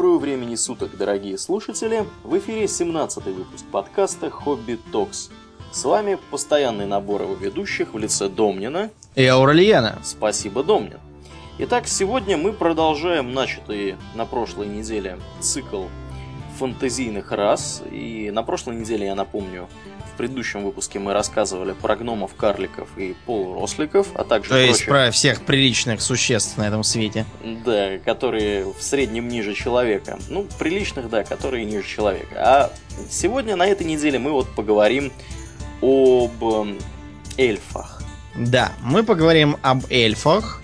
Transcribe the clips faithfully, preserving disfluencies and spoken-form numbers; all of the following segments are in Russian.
Доброго времени суток, дорогие слушатели! В эфире семнадцатый выпуск подкаста «Хобби Токс». С вами постоянный набор его ведущих в лице Домнина и Аурельяна. Спасибо, Домнин. Итак, сегодня мы продолжаем начатый на прошлой неделе цикл фэнтезийных рас. И на прошлой неделе, я напомню, в предыдущем выпуске мы рассказывали про гномов, карликов и полуросликов, а также То есть прочих, про всех приличных существ на этом свете. Да, которые в среднем ниже человека. Ну, приличных, да, которые ниже человека. А сегодня, на этой неделе, мы вот поговорим об э, эльфах. Да, мы поговорим об эльфах.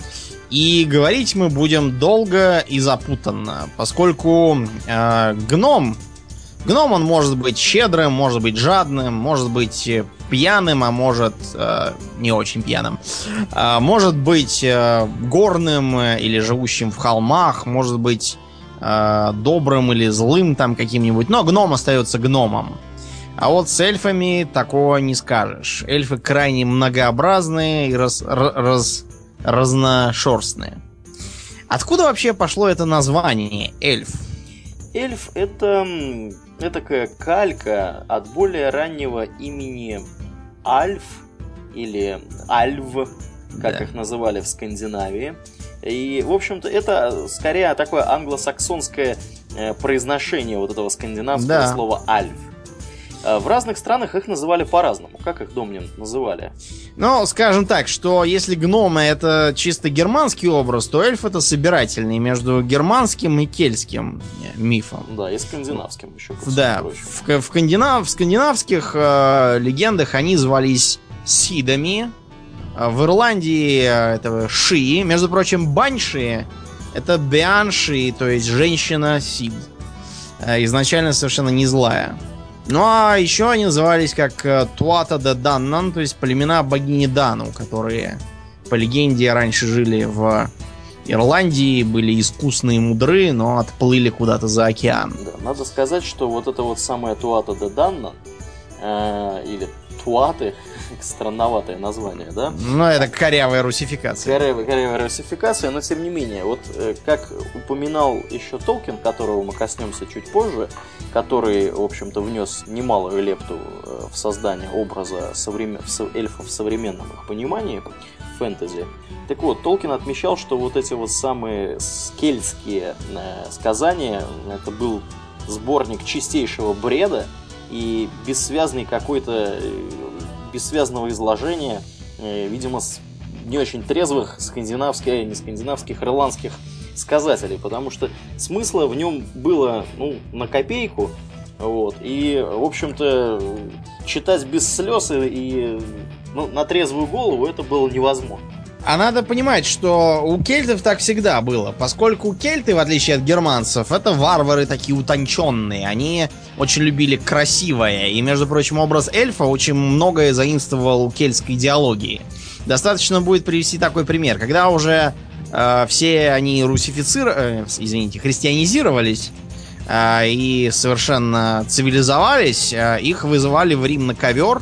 И говорить мы будем долго и запутанно, поскольку э, гном... Гном, он может быть щедрым, может быть жадным, может быть пьяным, а может э, не очень пьяным. Э, может быть э, горным или живущим в холмах, может быть э, добрым или злым там каким-нибудь. Но гном остается гномом. А вот с эльфами такого не скажешь. Эльфы крайне многообразные и раз, раз, разношерстные. Откуда вообще пошло это название эльф? Эльф — это этакая калька от более раннего имени Альф или Альв, как Да. их называли в Скандинавии. И, в общем-то, это скорее такое англосаксонское э, произношение вот этого скандинавского Да. слова Альф. Э, В разных странах их называли по-разному. Как их, Домнин, называли? Ну, скажем так, что если гномы это чисто германский образ, то эльф это собирательный между германским и кельтским мифом. Да, и скандинавским еще. ко всему Да, прочему. в, в, скандинав, в скандинавских э, легендах они звались сидами. А в Ирландии э, это шии. Между прочим, банши это бианши, то есть женщина-сид. Э, изначально совершенно не злая. Ну а еще они назывались как э, Туата де Даннан, то есть племена богини Дану, которые, по легенде, раньше жили в Ирландии, были искусны и мудры, но отплыли куда-то за океан. Да, надо сказать, что вот это вот самое Туата де Даннан, э, или Туаты, странноватое название, да? Ну, это корявая русификация. Корявая, корявая русификация, но тем не менее, вот э, как упоминал еще Толкин, которого мы коснемся чуть позже, который, в общем-то, внес немалую лепту э, в создание образа современ... эльфов в современном их понимании в фэнтези. Так вот, Толкин отмечал, что вот эти вот самые кельтские э, сказания, это был сборник чистейшего бреда и бессвязный какой-то, э, бессвязного изложения, э, видимо, с не очень трезвых скандинавских, э, не скандинавских, ирландских сказателей, потому что смысла в нем было, ну, на копейку, вот, и, в общем-то, читать без слез и, и ну, на трезвую голову это было невозможно. А надо понимать, что у кельтов так всегда было, поскольку кельты, в отличие от германцев, это варвары такие утонченные. Они очень любили красивое. И, между прочим, образ эльфа очень многое заимствовал у кельтской идеологии. Достаточно будет привести такой пример. Когда уже э, все они русифицировались, э, извините, христианизировались э, и совершенно цивилизовались, э, их вызывали в Рим на ковер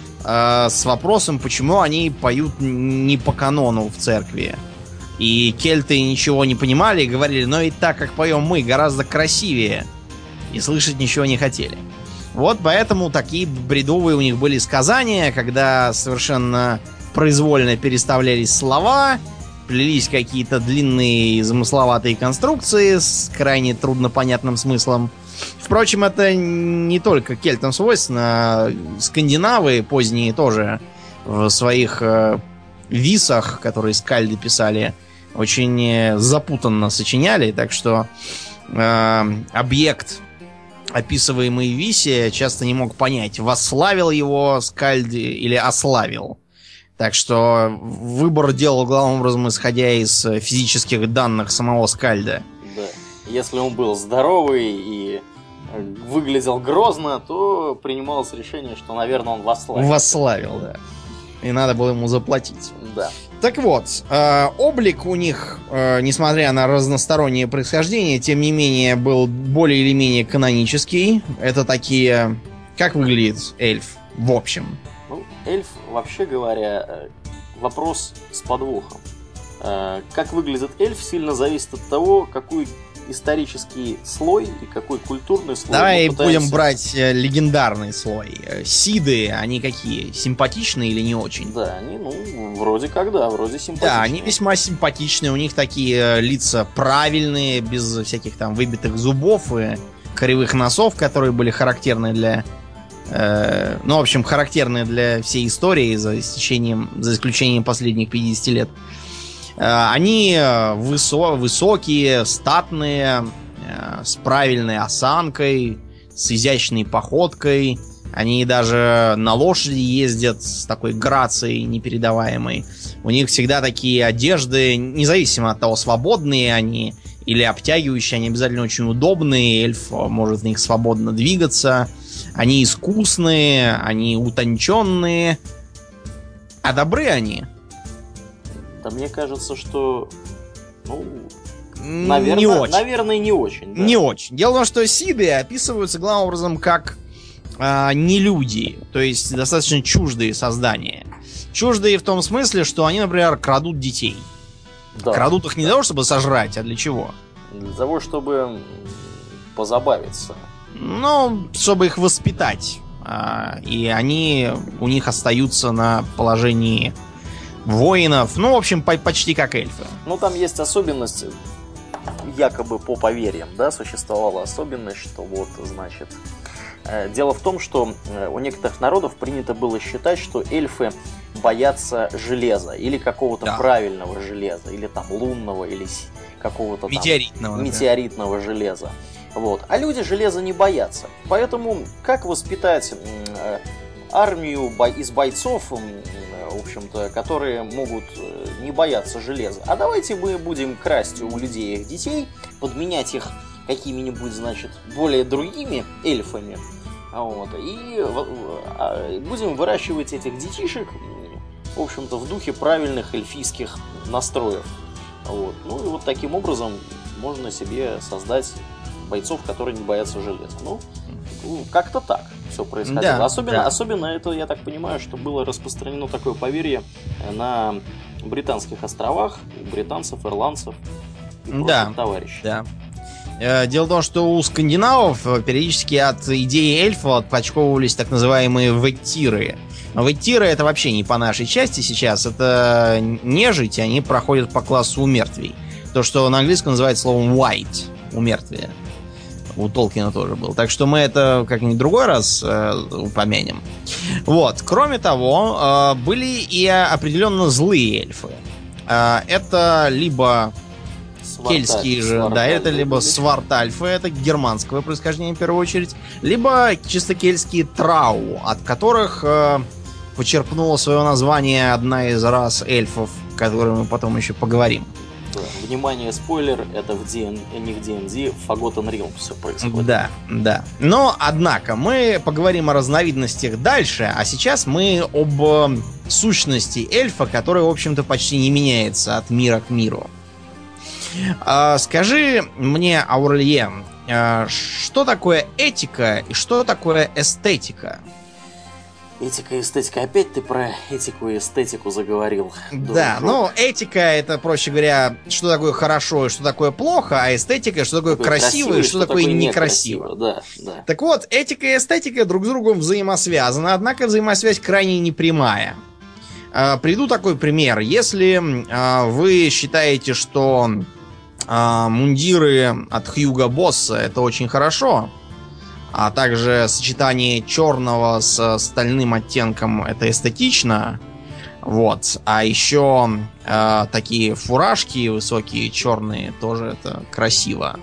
с вопросом, почему они поют не по канону в церкви. И кельты ничего не понимали и говорили, но ведь так, как поем мы, гораздо красивее. И слышать ничего не хотели. Вот поэтому такие бредовые у них были сказания, когда совершенно произвольно переставлялись слова, плелись какие-то длинные и замысловатые конструкции с крайне труднопонятным смыслом. Впрочем, это не только кельтам свойственно. Скандинавы поздние тоже в своих э, висах, которые скальды писали, очень запутанно сочиняли. Так что э, объект, описываемый в висе, часто не мог понять, восславил его скальд или ославил. Так что выбор делал главным образом исходя из физических данных самого скальда. Да. Если он был здоровый и выглядел грозно, то принималось решение, что, наверное, он восславил. Восславил, да. И надо было ему заплатить. Да. Так вот, э, облик у них, э, несмотря на разностороннее происхождение, тем не менее, был более или менее канонический. Это такие... Как выглядит эльф в общем? Ну, эльф, вообще говоря, вопрос с подвохом. Как выглядит эльф, сильно зависит от того, какую исторический слой и какой культурный слой. Давай пытаемся... будем брать э, легендарный слой. Сиды, они какие? Симпатичные или не очень? Да, они, ну, вроде как, да, вроде симпатичные. Да, они весьма симпатичные, у них такие лица правильные, без всяких там выбитых зубов и кривых носов, которые были характерны для... Э, ну, в общем, характерны для всей истории, за исключением, за исключением последних пятидесяти лет. Э, они высо, высокие, статные, э, с правильной осанкой, с изящной походкой. Они даже на лошади ездят с такой грацией непередаваемой. У них всегда такие одежды, независимо от того, свободные они или обтягивающие, они обязательно очень удобные. Эльф может в них свободно двигаться. Они искусные, они утонченные. А добры они? Да мне кажется, что... Ну, не наверное, очень. Наверное, не очень. Да. Не очень. Дело в том, что сиды описываются главным образом как а, не люди, то есть достаточно чуждые создания. Чуждые в том смысле, что они, например, крадут детей. Да. Крадут их не для того, чтобы сожрать, а для чего? Для того, чтобы позабавиться. Ну, чтобы их воспитать. А, и они у них остаются на положении воинов. Ну, в общем, по- почти как эльфы. Ну, там есть особенность, якобы по поверьям, да, существовала особенность, что вот, значит... Э, дело в том, что э, у некоторых народов принято было считать, что эльфы боятся железа, или какого-то Да. правильного железа, или там лунного, или с- какого-то там... Метеоритного. например. метеоритного железа. Вот. А люди железа не боятся. Поэтому как воспитать м, э, армию бой- из бойцов, м, э, в общем-то, которые могут э, не бояться железа? А давайте мы будем красть у людей их детей, подменять их какими-нибудь, значит, более другими эльфами. Вот. И в- а, будем выращивать этих детишек, м, в общем-то, в духе правильных эльфийских настроев. Вот. Ну и вот таким образом можно себе создать бойцов, которые не боятся железа. Ну, ну, как-то так все происходило. Да, особенно, да. особенно это, я так понимаю, что было распространено такое поверье на британских островах, у британцев, ирландцев и прочих Да, товарищей. Да. Э, Дело в том, что у скандинавов э, периодически от идеи эльфа отпочковывались так называемые веттиры. Веттиры это вообще не по нашей части сейчас, это нежить, они проходят по классу умертвий. То, что на английском называется словом white, умертвие. У Толкина тоже был. Так что мы это как-нибудь другой раз э, упомянем. Вот. Кроме того, э, были и определенно злые эльфы. Э, это либо Сварталь- кельтские же, да, свартальфы это либо были. свартальфы, это германского происхождения в первую очередь, либо чисто кельтские трау, от которых э, почерпнула свое название одна из рас эльфов, о которой мы потом еще поговорим. Да. Внимание, спойлер, это в ди энд, не в ди энд ди, в Forgotten Realms все происходит. Да, да. Но, однако, мы поговорим о разновидностях дальше, а сейчас мы об э, сущности эльфа, которая, в общем-то, почти не меняется от мира к миру. А, скажи мне, Аурельен, а, что такое этика и что такое эстетика? Этика и эстетика. Опять ты про этику и эстетику заговорил. Да, Дружок. ну, этика это, проще говоря, что такое хорошо и что такое плохо, а эстетика, что такое Такое красиво и что такое некрасиво. Да, да. Так вот, этика и эстетика друг с другом взаимосвязаны, однако взаимосвязь крайне непрямая. А, Приведу такой пример. Если а, вы считаете, что а, мундиры от Хьюго Босса это очень хорошо, а также сочетание черного с стальным оттенком это эстетично, вот, а еще э, такие фуражки высокие черные тоже это красиво,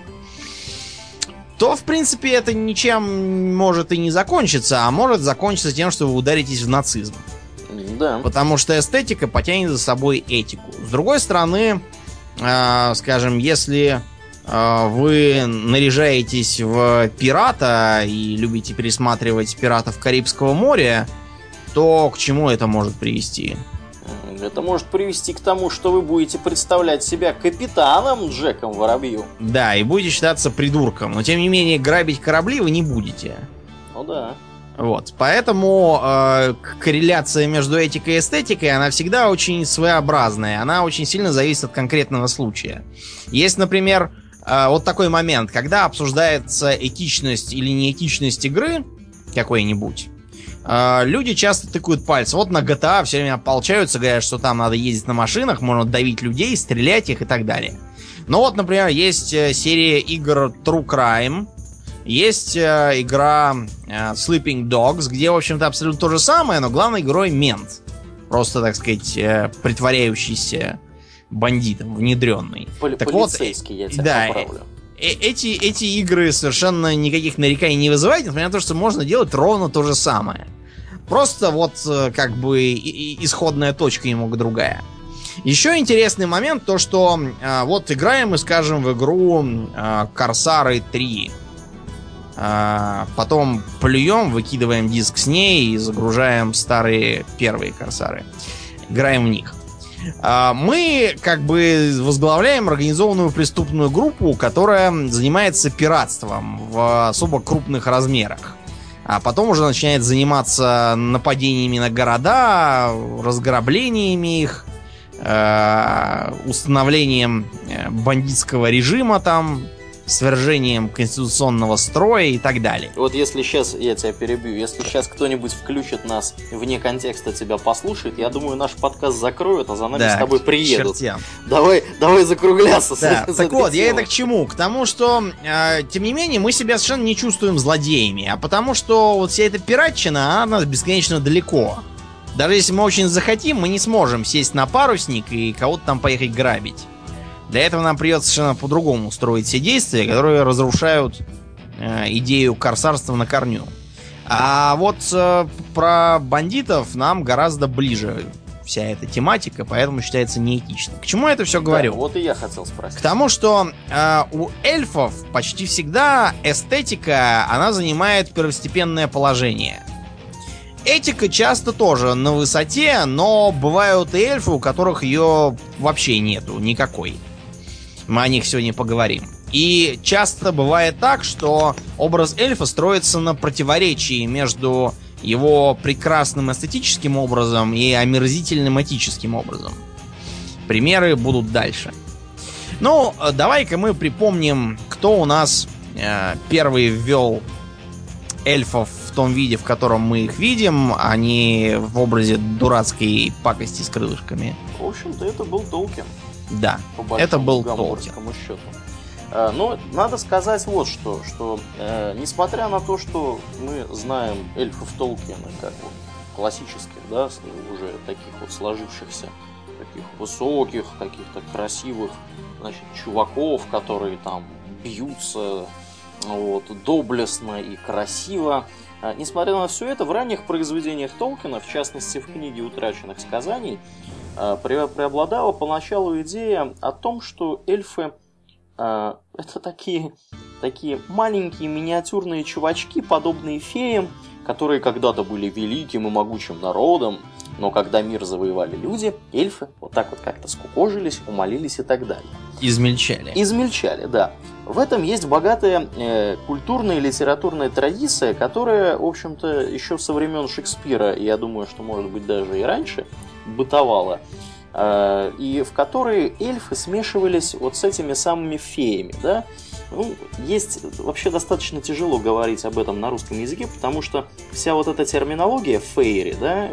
то в принципе это ничем может и не закончиться, а может закончиться тем, что вы ударитесь в нацизм. Да. Потому что эстетика потянет за собой этику. С другой стороны, э, скажем, если э, вы наряжаетесь в пирата и любите пересматривать «Пиратов Карибского моря», то к чему это может привести? Это может привести к тому, что вы будете представлять себя капитаном Джеком Воробьем. Да, и будете считаться придурком. Но тем не менее, грабить корабли вы не будете. Ну да. Вот, поэтому э, корреляция между этикой и эстетикой, она всегда очень своеобразная. Она очень сильно зависит от конкретного случая. Есть, например, э, вот такой момент, когда обсуждается этичность или неэтичность игры какой-нибудь, э, люди часто тыкают пальцем. Вот на джи ти эй все время ополчаются, говорят, что там надо ездить на машинах, можно давить людей, стрелять их и так далее. Ну вот, например, есть серия игр True Crime, есть э, игра э, Sleeping Dogs, где, в общем-то, абсолютно то же самое, но главной герой мент. Просто, так сказать, э, притворяющийся бандитом, внедренный. Поли- так полицейский, вот, я тебя да, поправлю. Э- эти, эти игры совершенно никаких нареканий не вызывают, несмотря на то, что можно делать ровно то же самое. Просто вот э, как бы и- и исходная точка немного другая. Еще интересный момент, то что э, вот играем мы, скажем, в игру э, Корсары три. А, потом плюем, выкидываем диск с ней и загружаем старые первые Корсары. Играем в них. А, мы как бы возглавляем организованную преступную группу, которая занимается пиратством в особо крупных размерах. А потом уже начинает заниматься нападениями на города, разграблениями их, э, установлением бандитского режима там, свержением конституционного строя и так далее. Вот если сейчас, я тебя перебью, если сейчас кто-нибудь включит нас вне контекста, тебя послушает, я думаю, наш подкаст закроют, а за нами да, с тобой приедут. Чертям. Давай, давай закругляться. Да, с, так вот, я это к чему? К тому, что, э, тем не менее, мы себя совершенно не чувствуем злодеями, а потому что вот вся эта пиратчина, она бесконечно далеко. Даже если мы очень захотим, мы не сможем сесть на парусник и кого-то там поехать грабить. Для этого нам придется совершенно по-другому строить все действия, которые разрушают э, идею корсарства на корню. А вот э, про бандитов нам гораздо ближе вся эта тематика, поэтому считается неэтичной. К чему я это все говорю? Да, вот и я хотел спросить. К тому, что э, у эльфов почти всегда эстетика, она занимает первостепенное положение. Этика часто тоже на высоте, но бывают и эльфы, у которых ее вообще нету никакой. Мы о них сегодня поговорим. И часто бывает так, что образ эльфа строится на противоречии между его прекрасным эстетическим образом и омерзительным этическим образом. Примеры будут дальше. Ну, давай-ка мы припомним, кто у нас э, первый ввел эльфов в том виде, в котором мы их видим, а не в образе дурацкой пакости с крылышками. В общем-то, это был Толкин. Да, это был Толкин. Счету. Э, но надо сказать вот что, что э, несмотря на то, что мы знаем эльфов Толкина как вот классических, да, уже таких вот сложившихся, таких высоких, каких-то красивых, значит, чуваков, которые там бьются вот, доблестно и красиво. А, несмотря на все это, в ранних произведениях Толкина, в частности в книге «Утраченных сказаний», а, пре- преобладала поначалу идея о том, что эльфы а, это такие, такие маленькие миниатюрные чувачки, подобные феям, которые когда-то были великим и могучим народом, но когда мир завоевали люди, эльфы вот так вот как-то скукожились, умолились и так далее. Измельчали. Измельчали, да. В этом есть богатая э, культурная и литературная традиция, которая, в общем-то, еще со времен Шекспира, и я думаю, что, может быть, даже и раньше, бытовала, э, и в которой эльфы смешивались вот с этими самыми феями, да. Ну, есть вообще достаточно тяжело говорить об этом на русском языке, потому что вся вот эта терминология фейри, да,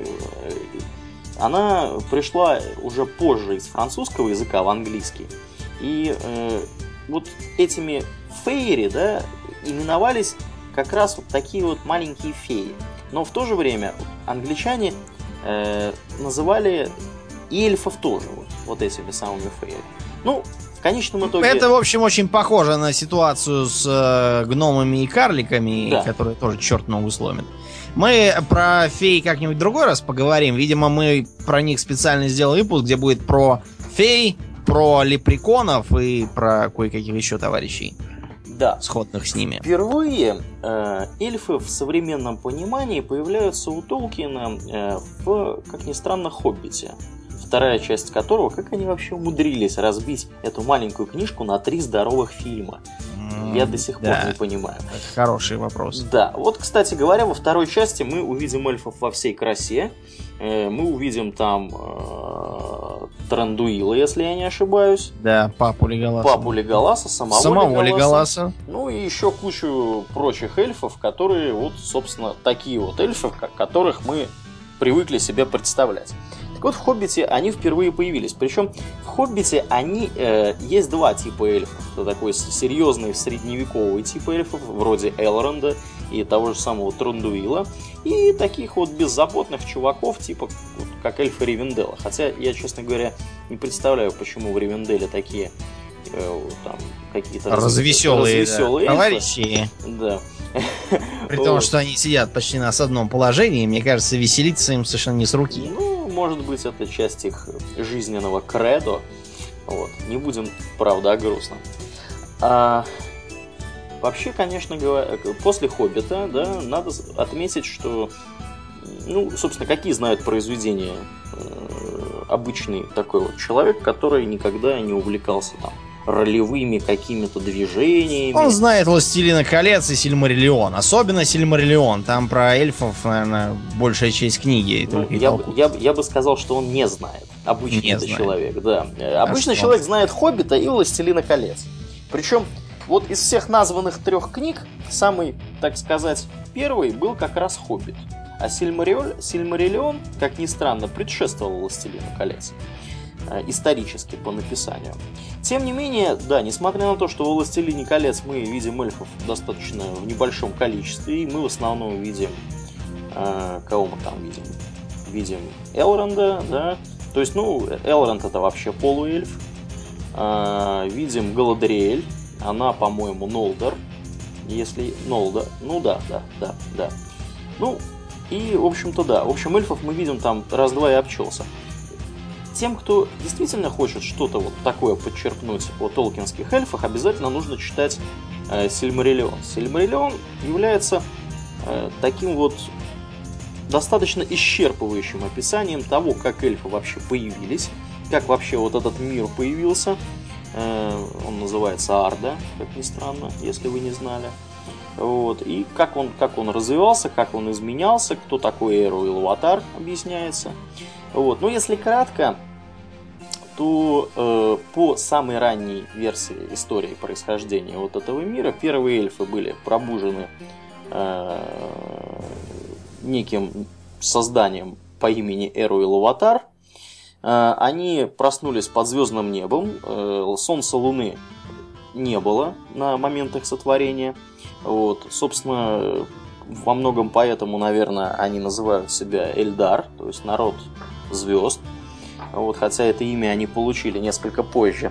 она пришла уже позже из французского языка в английский. И э, вот этими фейри, да, именовались как раз вот такие вот маленькие феи. Но в то же время англичане э, называли и эльфов тоже вот, вот этими самыми фейри. Ну, в конечном итоге... Это, в общем, очень похоже на ситуацию с э, гномами и карликами, да, которые тоже черт ногу сломят. Мы про фей как-нибудь в другой раз поговорим. Видимо, мы про них специально сделаем выпуск, где будет про фей, про лепреконов и про кое-каких еще товарищей, да, сходных с ними. Впервые э, эльфы в современном понимании появляются у Толкина э, в, как ни странно, «Хоббите», вторая часть которого, как они вообще умудрились разбить эту маленькую книжку на три здоровых фильма. Mm, Я до сих да. пор не понимаю. Это хороший вопрос. Да, вот, кстати говоря, во второй части мы увидим эльфов во всей красе. Мы увидим там Трандуила, если я не ошибаюсь. Да, папу Леголаса. Папу Леголаса, самого, самого Леголаса. Леголаса. Ну и еще кучу прочих эльфов, которые вот, собственно, такие вот эльфы, которых мы привыкли себе представлять. Так вот, в «Хоббите» они впервые появились. Причем в «Хоббите» они, э, есть два типа эльфов. Это такой серьезный средневековый тип эльфов, вроде Элронда и того же самого Трандуила. И таких вот беззаботных чуваков, типа вот, как эльфы Ривенделла. Хотя я, честно говоря, не представляю, почему в Ривенделле такие э, там какие-то развеселые, развеселые да, эльфы. товарищи. Да. При том, что они сидят почти на одном положении, мне кажется, веселиться им совершенно не с руки. Ну, может быть, это часть их жизненного кредо. Вот. Не будем, правда, о грустном. А, вообще, конечно говоря, после «Хоббита», да, надо отметить, что, ну, собственно, какие знают произведения э, обычный такой вот человек, который никогда не увлекался там ролевыми какими-то движениями. Он знает «Властелина колец» и «Сильмариллион». Особенно «Сильмариллион». Там про эльфов, наверное, большая часть книги. Ну, я, бы, я, я бы сказал, что он не знает. Обычный не знает. Человек, да. Обычный а человек знает «Хоббита» и «Властелина колец». Причем вот из всех названных трех книг самый, так сказать, первый был как раз «Хоббит». А «Сильмариллион», как ни странно, предшествовал «Властелину колец». Исторически по написанию. Тем не менее, да, несмотря на то, что во «Властелине колец» мы видим эльфов достаточно в небольшом количестве, и мы в основном видим э, кого мы там видим? Видим Элронда, да, то есть, ну, Элронд это вообще полуэльф. Э, видим Галадриэль, она, по-моему, Нолдор, если Нолда, ну да, да, да, да. Ну, и, в общем-то, да, в общем, эльфов мы видим там раз-два и обчелся. Тем, кто действительно хочет что-то вот такое подчеркнуть о толкинских эльфах, обязательно нужно читать э, «Сильмариллион». «Сильмариллион» является э, таким вот достаточно исчерпывающим описанием того, как эльфы вообще появились, как вообще вот этот мир появился. Э, он называется Арда, как ни странно, если вы не знали. Вот. И как он, как он развивался, как он изменялся, кто такой Эру Илуватар, объясняется. Вот. Но если кратко, то э, по самой ранней версии истории происхождения вот этого мира первые эльфы были пробужены э, неким созданием по имени Эру Илуватар. Э, они проснулись под звездным небом, э, солнца, луны не было на момент их сотворения. Вот. Собственно, во многом поэтому, наверное, они называют себя Эльдар, то есть народ звезд. Вот, хотя это имя они получили несколько позже.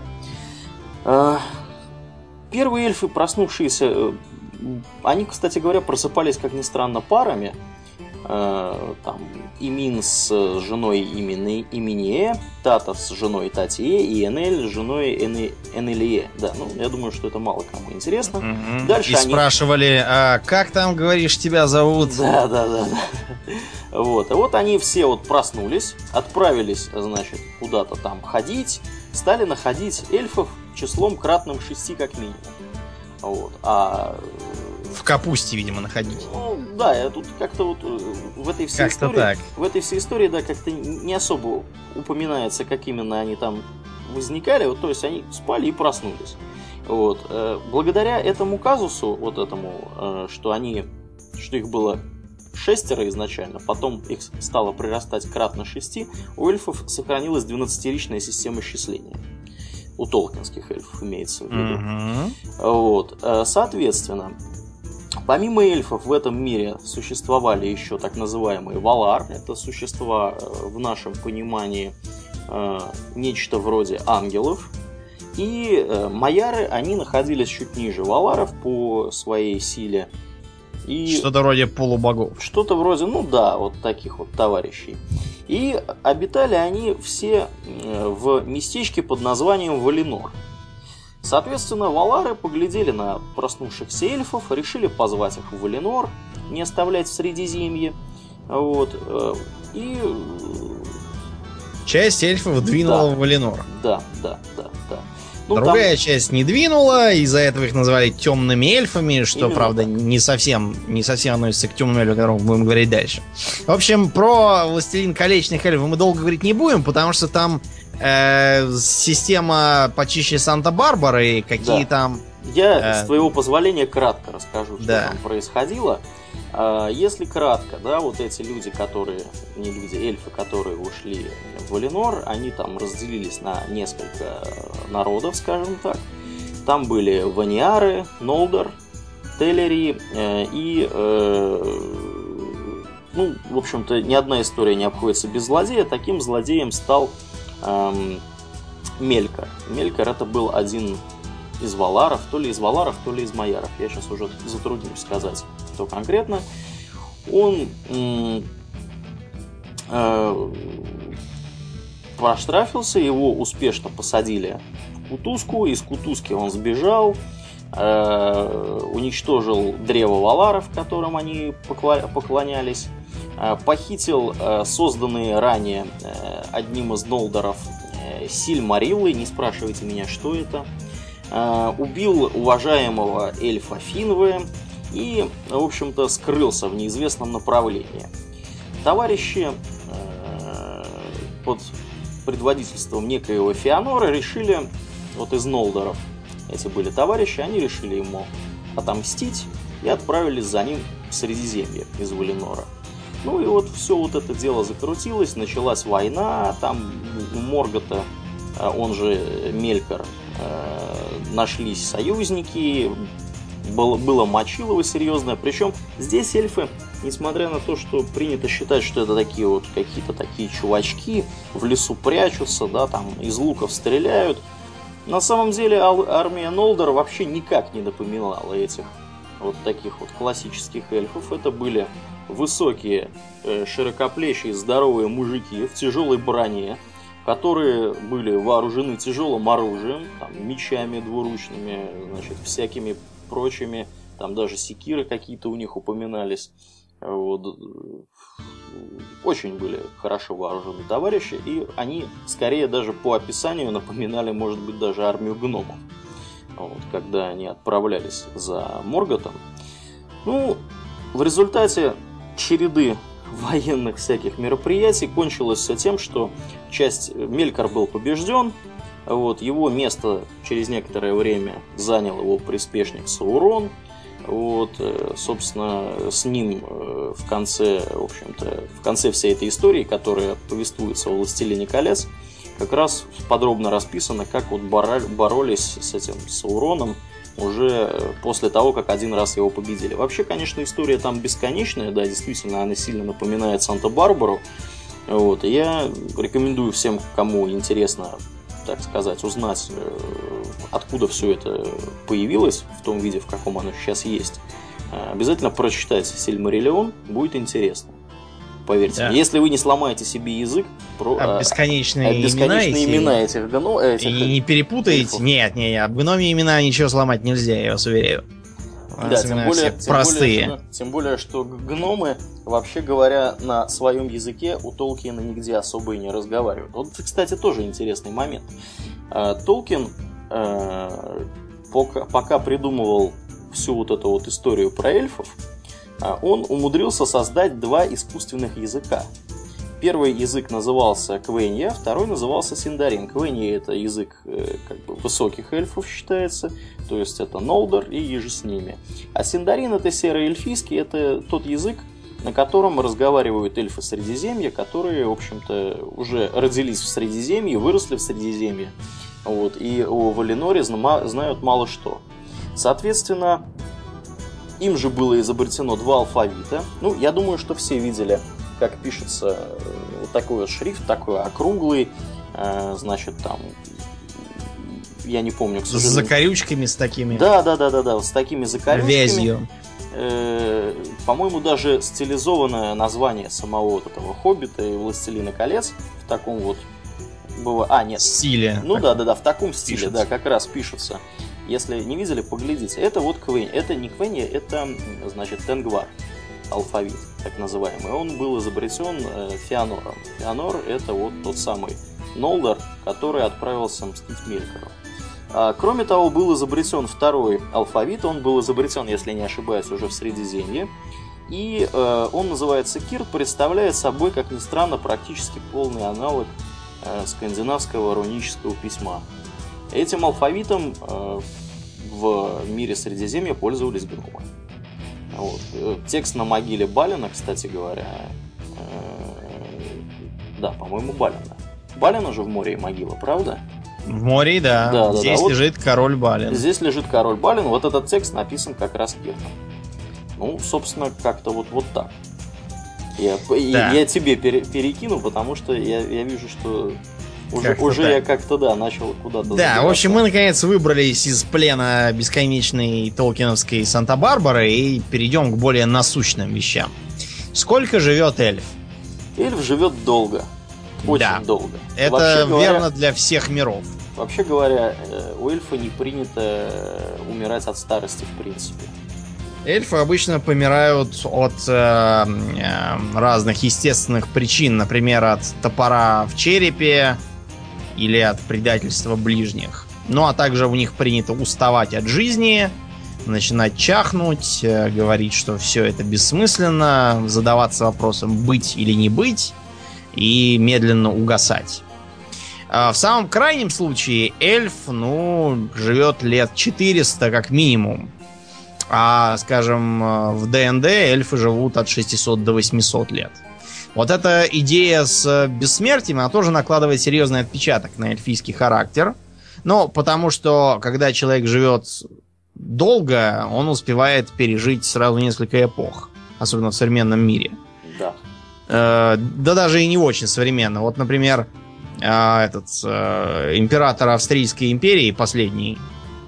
Первые эльфы, проснувшиеся, они, кстати говоря, просыпались, как ни странно, парами. Там, Имин с женой имени, имени Э, Тата с женой Татие и Энель с женой Эне, Энелие. Да, ну, я думаю, что это мало кому интересно. Mm-hmm. Дальше и они... спрашивали, а как там, говоришь, тебя зовут? Да, да, да. Вот. А вот они все вот проснулись, отправились, значит, куда-то там ходить, стали находить эльфов числом кратным шести как минимум. Вот. А... В капусте, видимо, находить. Ну, да, я тут как-то вот в этой всей как-то истории... так. В этой всей истории, да, как-то не особо упоминается, как именно они там возникали. Вот, то есть они спали и проснулись. Вот. Благодаря этому казусу, вот этому, что они, что их было шестеро изначально, потом их стало прирастать кратно шести, у эльфов сохранилась двенадцатиричная система счисления. У толкинских эльфов имеется в виду. Mm-hmm. Вот. Соответственно, помимо эльфов в этом мире существовали еще так называемые валар. Это существа в нашем понимании нечто вроде ангелов. И майяры, они находились чуть ниже валаров по своей силе. И что-то вроде полубогов. Что-то вроде, ну да, вот таких вот товарищей. И обитали они все в местечке под названием Валинор. Соответственно, валары поглядели на проснувшихся эльфов, решили позвать их в Валинор, не оставлять в Средиземье. Вот. И... Часть эльфов двинула да. в Валинор. Да, да, да, да. Ну, Другая там... часть не двинула, из-за этого их назвали темными эльфами, что, Именно правда, так. не совсем, не совсем относится к темным эльфам, о котором будем говорить дальше. В общем, про «Властелин колечных эльфов» мы долго говорить не будем, потому что там э, система почище Санта-Барбары, какие Да. там... Я, Э, с твоего позволения, кратко расскажу, что да. там происходило. А, Если кратко, да, вот эти люди, которые, не люди, эльфы, которые ушли в Валинор, они там разделились на несколько народов, скажем так. Там были Ваниары, Нолдор, Телери э, и, э, ну, в общем-то, ни одна история не обходится без злодея. Таким злодеем стал эм, Мелькор. Мелькор — это был один из валаров, то ли из валаров, то ли из майяров. Я сейчас уже затруднюсь сказать, кто конкретно. Он м- э- проштрафился, его успешно посадили в кутузку. Из кутузки он сбежал, э- уничтожил древо валаров, которым они покла- поклонялись, э- похитил э- созданные ранее э- одним из нолдоров э- Сильмариллы. Не спрашивайте меня, что это. Убил уважаемого эльфа Финве и, в общем-то, скрылся в неизвестном направлении. Товарищи э, под предводительством некоего Феонора решили, вот из Нолдоров эти были товарищи, они решили ему отомстить и отправились за ним в Средиземье из Валинора. Ну и вот все вот это дело закрутилось, началась война, там у Моргота, он же Мелькор, нашлись союзники, было, было мочилово серьезное. Причем здесь эльфы, несмотря на то, что принято считать, что это такие вот какие-то такие чувачки, в лесу прячутся, да, там из луков стреляют, на самом деле армия Нолдора вообще никак не напоминала этих вот таких вот классических эльфов. Это были высокие, широкоплечие, здоровые мужики в тяжелой броне, которые были вооружены тяжелым оружием, там, мечами двуручными, значит, всякими прочими, там даже секиры какие-то у них упоминались. Вот. Очень были хорошо вооружены товарищи, и они скорее даже по описанию напоминали, может быть, даже армию гномов, вот, когда они отправлялись за Морготом. Ну, в результате череды военных всяких мероприятий кончилось все тем, что часть Мелькор был побежден, вот, его место через некоторое время занял его приспешник Саурон. Вот, собственно, с ним в конце, в общем-то, в конце всей этой истории, которая повествуется о «Властелине колец», как раз подробно расписано, как вот боролись с этим Сауроном уже после того, как один раз его победили. Вообще, конечно, история там бесконечная, да, действительно, она сильно напоминает Санта-Барбару. Вот, и я рекомендую всем, кому интересно, так сказать, узнать, откуда все это появилось в том виде, в каком оно сейчас есть. Обязательно прочитайте «Сильмариллион», будет интересно. Поверьте да. мне, если вы не сломаете себе язык про а бесконечные, а, бесконечные имена, имена этих гно... этих и не перепутаете. эльфов. Нет, нет, об гноме имена ничего сломать нельзя, я вас уверяю. Да, тем более, тем, простые. более, тем более, что гномы, вообще говоря, на своем языке у Толкиена нигде особо и не разговаривают. Вот, кстати, тоже интересный момент. Толкин, пока придумывал всю вот эту вот историю про эльфов, он умудрился создать два искусственных языка. Первый язык назывался Квенья, второй назывался Синдарин. Квенья — это язык как бы высоких эльфов считается, то есть это Нолдор и еже с ними. А Синдарин — это сероэльфийский, это тот язык, на котором разговаривают эльфы Средиземья, которые, в общем-то, уже родились в Средиземье, выросли в Средиземье. Вот, и о Валиноре знают мало что. Соответственно, им же было изобретено два алфавита. Ну, я думаю, что все видели, как пишется вот такой вот шрифт, такой округлый, э, значит, там, я не помню, к сожалению. С закорючками, с такими. Да, да, да, да, да, с такими закорючками. Вязью. Э, по-моему, даже стилизованное название самого вот этого Хоббита и Властелина колец в таком вот было. А, нет. Стиле. Ну да, да, да, в таком стиле, пишется. да, как раз пишется. Если не видели, поглядите. Это вот Квень. Это не Квенья, это, значит, Тенгвар. Алфавит, так называемый. Он был изобретен э, Феонором. Феонор — это вот тот самый Нолдор, который отправился мстить Мелькору. А, кроме того, был изобретен второй алфавит. Он был изобретен, если не ошибаюсь, уже в Средиземье. И э, он называется Кирт, представляет собой, как ни странно, практически полный аналог э, скандинавского рунического письма. Этим алфавитом э, в мире Средиземья пользовались гномы. Вот. Текст на могиле Балина, кстати говоря, э, да, по-моему, Балина. Балина же в море и могила, правда? В море, да. Да, да, здесь да. лежит вот, король Балин. Здесь лежит король Балин. Вот этот текст написан как раз Гетом. Ну, собственно, как-то вот, вот так. Я, да. я тебе пере, перекину, потому что я, я вижу, что уже, уже я как-то, да, начал куда-то... Да, забираться. В общем, мы наконец выбрались из плена бесконечной толкиновской Санта-Барбары и перейдем к более насущным вещам. Сколько живет эльф? Эльф живет долго. Очень да. долго. Это вообще верно говоря, для всех миров. Вообще говоря, у эльфа не принято умирать от старости, в принципе. Эльфы обычно помирают от э, э, разных естественных причин. Например, от топора в черепе или от предательства ближних. Ну, а также у них принято уставать от жизни, начинать чахнуть, э, говорить, что все это бессмысленно, задаваться вопросом, быть или не быть, и медленно угасать. А в самом крайнем случае эльф, ну, живет лет четыреста как минимум. А, скажем, в ди энд ди эльфы живут от шестисот до восьмисот лет. Вот эта идея с бессмертием, она тоже накладывает серьезный отпечаток на эльфийский характер. Ну, потому что, когда человек живет долго, он успевает пережить сразу несколько эпох. Особенно в современном мире. Да. Э, да даже и не очень современно. Вот, например, э, этот э, император Австрийской империи, последний,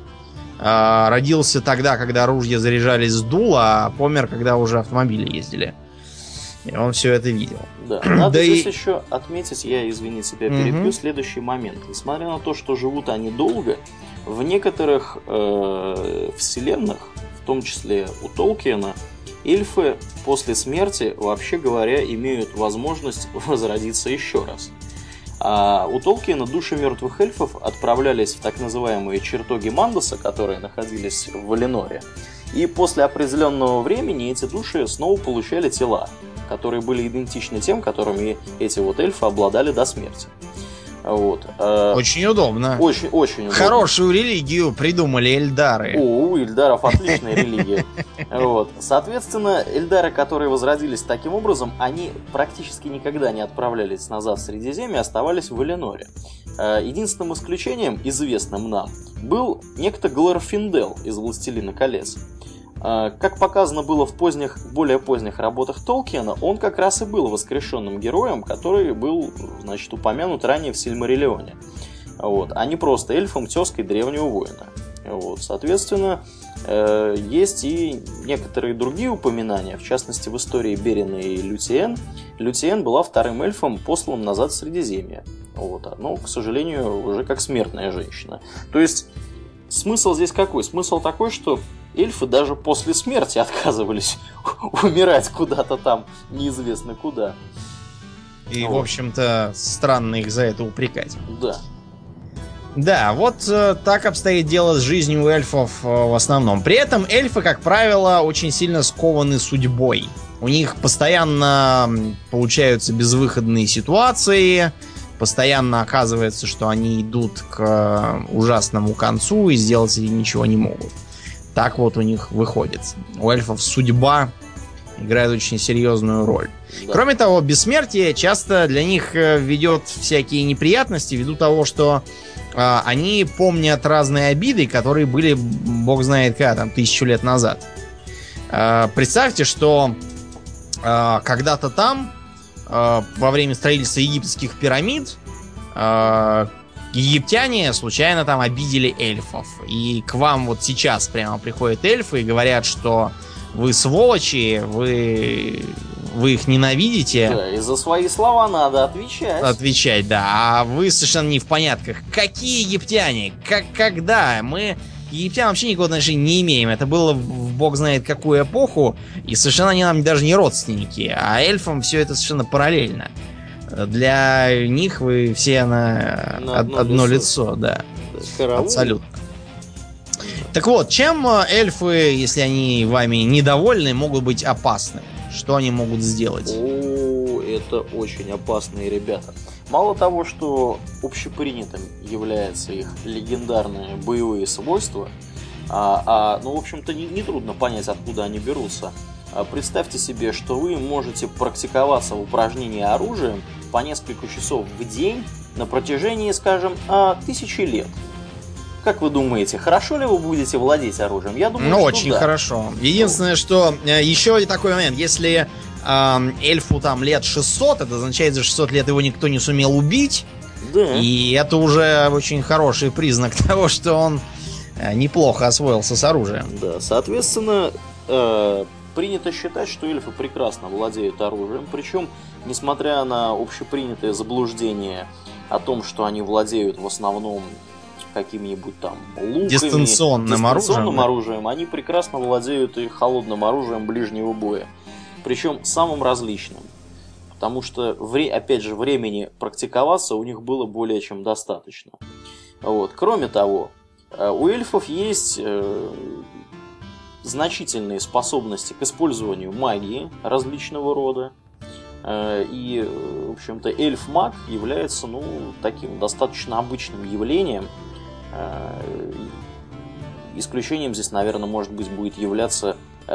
родился тогда, когда ружья заряжались с дула, а помер, когда уже автомобили ездили. И он все это видел. Да, надо да здесь и... еще отметить, я, извини, тебя перебью, угу. следующий момент. Несмотря на то, что живут они долго, в некоторых э, вселенных, в том числе у Толкиена, эльфы после смерти, вообще говоря, имеют возможность возродиться еще раз. А у Толкиена души мертвых эльфов отправлялись в так называемые чертоги Мандоса, которые находились в Валеноре. И после определенного времени эти души снова получали тела, которые были идентичны тем, которыми эти вот эльфы обладали до смерти. Вот. Очень удобно. Очень, очень удобно. Хорошую религию придумали эльдары. О, у эльдаров отличная религия. Вот. Соответственно, эльдары, которые возродились таким образом, они практически никогда не отправлялись назад в Средиземье, оставались в Валеноре. Единственным исключением, известным нам, был некто Глорфиндел из «Властелина колец». Как показано было в поздних, более поздних работах Толкиена, он как раз и был воскрешенным героем, который был, значит, упомянут ранее в Сильмариллионе. Вот. А не просто эльфом, тезкой древнего воина. Вот. Соответственно, есть и некоторые другие упоминания, в частности в истории Берина и Лютиен. Лютиен была вторым эльфом, посланным назад в Средиземье. Вот. Но, к сожалению, уже как смертная женщина. То есть, смысл здесь какой? Смысл такой, что эльфы даже после смерти отказывались умирать куда-то там, неизвестно куда. И, вот. В общем-то, странно их за это упрекать. Да. Да, вот э, так обстоит дело с жизнью эльфов э, в основном. При этом эльфы, как правило, очень сильно скованы судьбой. У них постоянно получаются безвыходные ситуации, постоянно оказывается, что они идут к э, ужасному концу и сделать ничего не могут. Так вот у них выходит. У эльфов судьба играет очень серьезную роль. Да. Кроме того, бессмертие часто для них ведет всякие неприятности, ввиду того, что э, они помнят разные обиды, которые были, бог знает когда, там, тысячу лет назад. Э, представьте, что э, когда-то там, э, во время строительства египетских пирамид, э, египтяне случайно там обидели эльфов. И к вам вот сейчас прямо приходят эльфы и говорят, что вы сволочи, вы, вы их ненавидите. Да, и за свои слова надо отвечать. Отвечать, да. А вы совершенно не в понятках. Какие египтяне? Как, когда? Мы к египтянам вообще никакого отношения не имеем. Это было в бог знает какую эпоху. И совершенно они нам даже не родственники. А эльфам все это совершенно параллельно. Для них вы все на, на одно, одно лицо. лицо, да. Караул. Абсолютно. Так вот, чем эльфы, если они вами недовольны, могут быть опасны? Что они могут сделать? О, это очень опасные ребята. Мало того, что общепринятым являются их легендарные боевые свойства, а, а ну, в общем-то, не, не трудно понять, откуда они берутся. А представьте себе, что вы можете практиковаться в упражнении оружием по несколько часов в день на протяжении, скажем, тысячи лет. Как вы думаете, хорошо ли вы будете владеть оружием? Я думаю, ну, что очень да. хорошо. Единственное, что э, еще такой момент. Если э, эльфу там лет шестьсот, это означает, за шестьсот лет его никто не сумел убить. Да. И это уже очень хороший признак того, что он э, неплохо освоился с оружием. Да, соответственно, э, принято считать, что эльфы прекрасно владеют оружием. Причем, несмотря на общепринятое заблуждение о том, что они владеют в основном какими-нибудь там луками, дистанционным, дистанционным оружием, оружием, они прекрасно владеют и холодным оружием ближнего боя. Причем самым различным. Потому что, опять же, времени практиковаться у них было более чем достаточно. Вот. Кроме того, у эльфов есть значительные способности к использованию магии различного рода. И, в общем-то, эльф-маг является, ну, таким достаточно обычным явлением. Исключением здесь, наверное, может быть, будет являться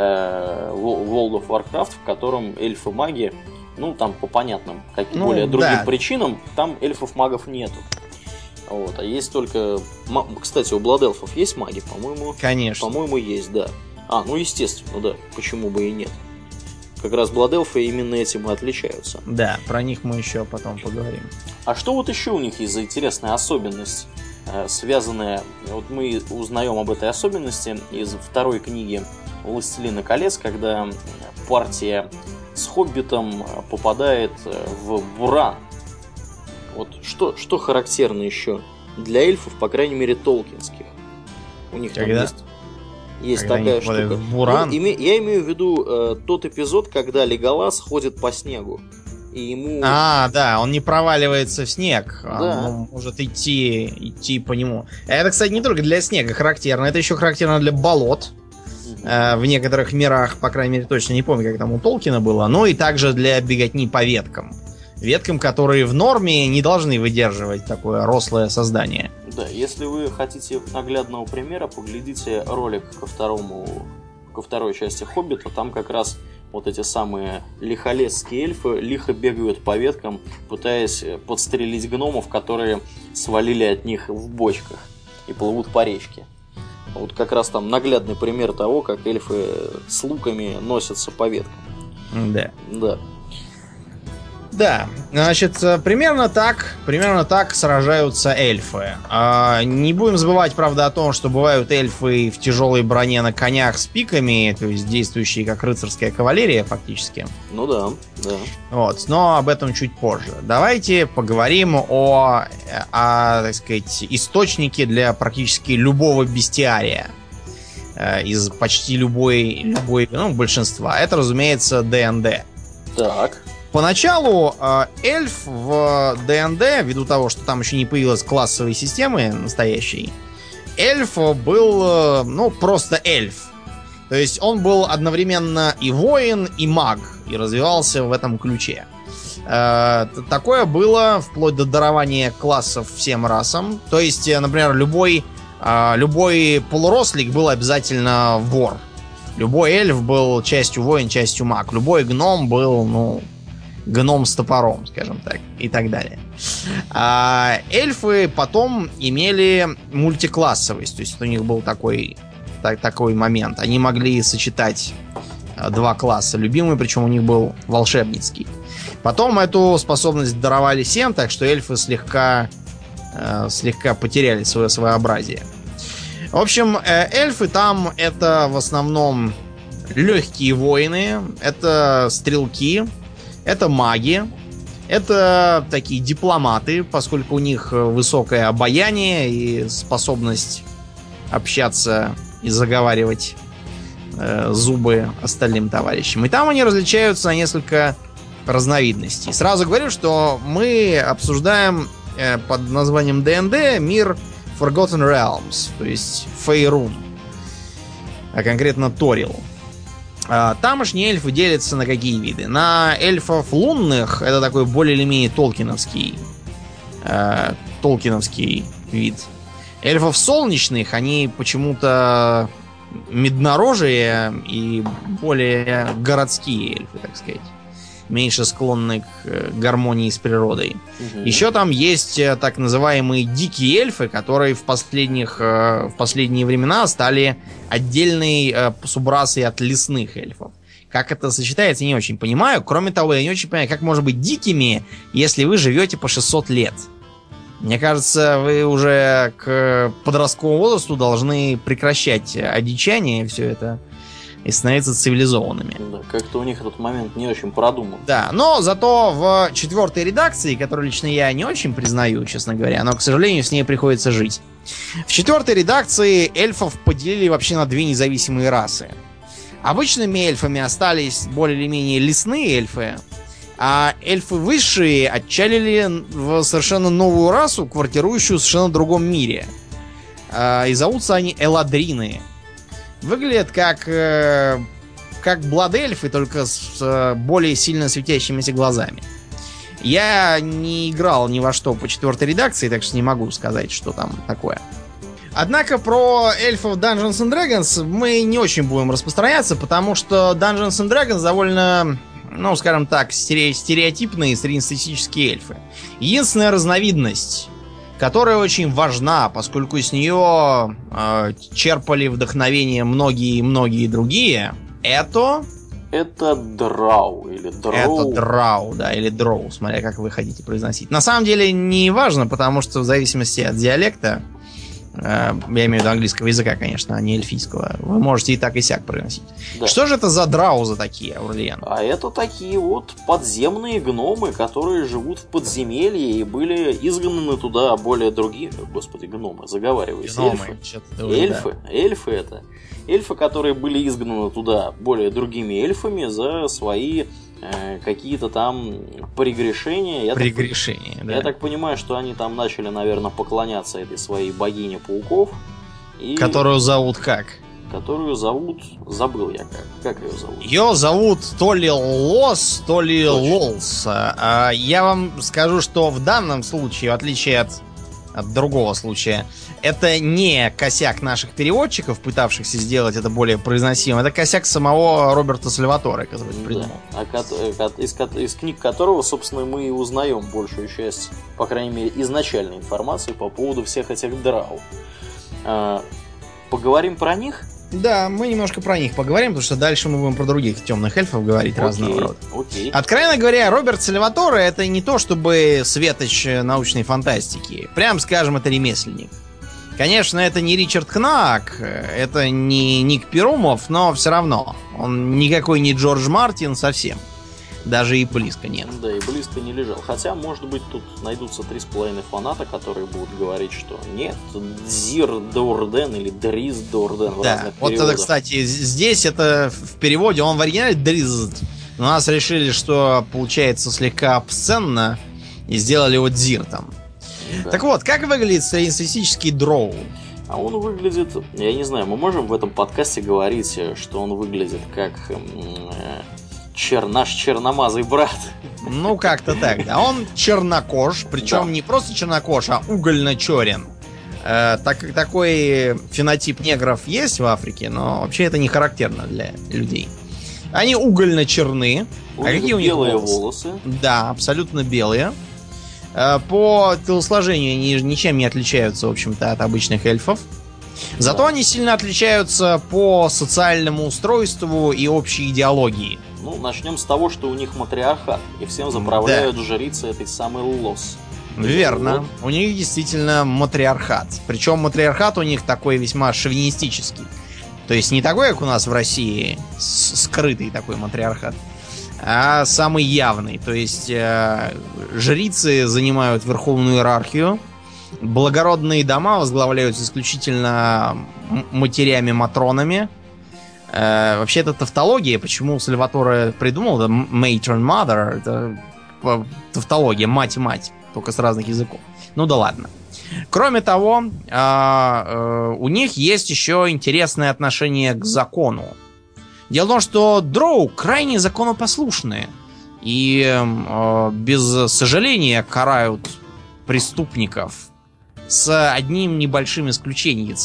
World of Warcraft, в котором эльфы-маги, ну, там по понятным, каким ну, более другим да. причинам, там эльфов-магов нету. Вот, а есть только... Кстати, у бладелфов есть маги, по-моему? Конечно. По-моему, есть, да. А, ну, естественно, да. Почему бы и нет? Как раз бладелфы именно этим и отличаются. Да, про них мы еще потом поговорим. А что вот еще у них есть за интересная особенность, связанная... Вот мы узнаем об этой особенности из второй книги «Властелина колец», когда партия с хоббитом попадает в Буран. Вот что, что характерно еще для эльфов, по крайней мере, толкинских. У них когда? Там есть... Есть когда такая штука. Ну, име, я имею в виду э, тот эпизод, когда Леголас ходит по снегу. И ему... А, да, он не проваливается в снег. Да. Он может идти, идти по нему. Это, кстати, не только для снега характерно, это еще характерно для болот. Угу. Э, в некоторых мирах, по крайней мере, точно не помню, как там у Толкина было. Но и также для беготни по веткам. Веткам, которые в норме не должны выдерживать такое рослое создание. Да, если вы хотите наглядного примера, поглядите ролик ко второму, ко второй части «Хоббита». Там как раз вот эти самые лихолесские эльфы лихо бегают по веткам, пытаясь подстрелить гномов, которые свалили от них в бочках и плывут по речке. Вот как раз там наглядный пример того, как эльфы с луками носятся по веткам. Да. Да. Да, значит, примерно так, примерно так сражаются эльфы. А, не будем забывать, правда, о том, что бывают эльфы в тяжелой броне на конях с пиками, то есть действующие как рыцарская кавалерия, фактически. Ну да, да. Вот, но об этом чуть позже. Давайте поговорим о, о, так сказать, источнике для практически любого бестиария. Из почти любой, любой, ну, большинства. Это, разумеется, ди энд ди. Так. Поначалу э, эльф в ди энд ди, ввиду того, что там еще не появилась классовой системы настоящей, эльф был, э, ну, просто эльф. То есть он был одновременно и воин, и маг, и развивался в этом ключе. Э, такое было вплоть до дарования классов всем расам. То есть, например, любой, э, любой полурослик был обязательно вор. Любой эльф был частью воин, частью маг. Любой гном был, ну... гном с топором, скажем так, и так далее. А эльфы потом имели мультиклассовость, то есть у них был такой, так, такой момент. Они могли сочетать два класса любимые, причем у них был волшебницкий. Потом эту способность даровали всем, так что эльфы слегка, э, слегка потеряли свое своеобразие. В общем, э, эльфы там это в основном легкие воины, это стрелки, это маги, это такие дипломаты, поскольку у них высокое обаяние и способность общаться и заговаривать э, зубы остальным товарищам. И там они различаются на несколько разновидностей. Сразу говорю, что мы обсуждаем э, под названием ди энд ди мир Forgotten Realms, то есть Фейрун, а конкретно Торил. Тамошние эльфы делятся на какие виды? На эльфов лунных, это такой более или менее толкиновский э, толкиновский вид. Эльфов солнечных, они почему-то меднорожие и более городские эльфы, так сказать. Меньше склонны к гармонии с природой. Угу. Еще там есть так называемые дикие эльфы, которые в, последних, в последние времена стали отдельной субрасой от лесных эльфов. Как это сочетается, не очень понимаю. Кроме того, я не очень понимаю, как можно быть дикими, если вы живете по шестьсот лет. Мне кажется, вы уже к подростковому возрасту должны прекращать одичание и все это и становиться цивилизованными. Да, как-то у них этот момент не очень продуман. Да, но зато в четвертой редакции, которую лично я не очень признаю, честно говоря, но, к сожалению, с ней приходится жить. В четвертой редакции эльфов поделили вообще на две независимые расы. Обычными эльфами остались более или менее лесные эльфы, а эльфы высшие отчалили в совершенно новую расу, квартирующую в совершенно другом мире. И зовутся они эладрины. Выглядят как, как бладельфы, только с более сильно светящимися глазами. Я не играл ни во что по четвертой редакции, так что не могу сказать, что там такое. Однако про эльфов Dungeons and Dragons мы не очень будем распространяться, потому что Dungeons and Dragons довольно... ну, скажем так, стереотипные среднестатистические эльфы. Единственная разновидность, которая очень важна, поскольку с нее э, черпали вдохновение многие-многие другие, это... Это драу или дроу. Это драу, да, или дроу, смотря как вы хотите произносить. На самом деле не важно, потому что в зависимости от диалекта, я имею в виду английского языка, конечно, а не эльфийского, вы можете и так, и сяк произносить. Да. Что же это за драузы такие, Аурлиен? А это такие вот подземные гномы, которые живут в подземелье и были изгнаны туда более другие... Господи, гномы, заговариваюсь. Гномы, эльфы. Эльфы, да. эльфы это. Эльфы, которые были изгнаны туда более другими эльфами за свои... какие-то там прегрешения. Я прегрешения, так, да. Я так понимаю, что они там начали, наверное, поклоняться этой своей богине пауков. И... Которую зовут как? Которую зовут... Забыл я как. Как ее зовут? Ее зовут то ли Лос, то ли Лолс. А я вам скажу, что в данном случае, в отличие от, от другого случая, это не косяк наших переводчиков, пытавшихся сделать это более произносимым. Это косяк самого Роберта Сальваторе, который это придумал. Да. А из, из книг которого, собственно, мы и узнаем большую часть, по крайней мере, изначальной информации по поводу всех этих драу. А, поговорим про них? Да, мы немножко про них поговорим, потому что дальше мы будем про других темных эльфов говорить. Окей, разного рода. Окей. Откровенно говоря, Роберт Сальваторе это не то чтобы светоч научной фантастики. Прям скажем, это ремесленник. Конечно, это не Ричард Кнак, это не Ник Перумов, но все равно. Он никакой не Джордж Мартин совсем. Даже и близко нет. Да, и близко не лежал. Хотя, может быть, тут найдутся три с половиной фаната, которые будут говорить, что нет, Дзир Дорден или Дриз Дорден в да, разных вот переводах. это, кстати, здесь это в переводе, он в оригинале Дриз. У нас решили, что получается слегка обсценно, и сделали его Дзир там. Да. Так вот, как выглядит среднестатистический дроу? А он выглядит, я не знаю, мы можем в этом подкасте говорить, что он выглядит как э, чер, наш черномазый брат. Ну, как-то так, да. Он чернокож, причем да. не просто чернокож, а угольно-черен. Э, так, такой фенотип негров есть в Африке, но вообще это не характерно для людей. Они угольно-черны. У а какие у них белые волосы? волосы? Да, абсолютно белые. По телосложению они ничем не отличаются, в общем-то, от обычных эльфов. Зато да. они сильно отличаются по социальному устройству и общей идеологии. Ну, начнем с того, что у них матриархат, и всем заправляют да. жрицы этой самой Лос. Верно. Вот. У них действительно матриархат. Причем матриархат у них такой весьма шовинистический. То есть не такой, как у нас в России, скрытый такой матриархат, а самый явный. То есть э, жрицы занимают верховную иерархию, благородные дома возглавляются исключительно матерями-матронами. Э, вообще это тавтология. Почему Сальваторе придумал это matron mother? Это тавтология, мать-мать, только с разных языков. Ну да ладно. Кроме того, э, э, у них есть еще интересное отношение к закону. Дело в том, что дроу крайне законопослушные и э, без сожаления карают преступников. С одним небольшим исключением.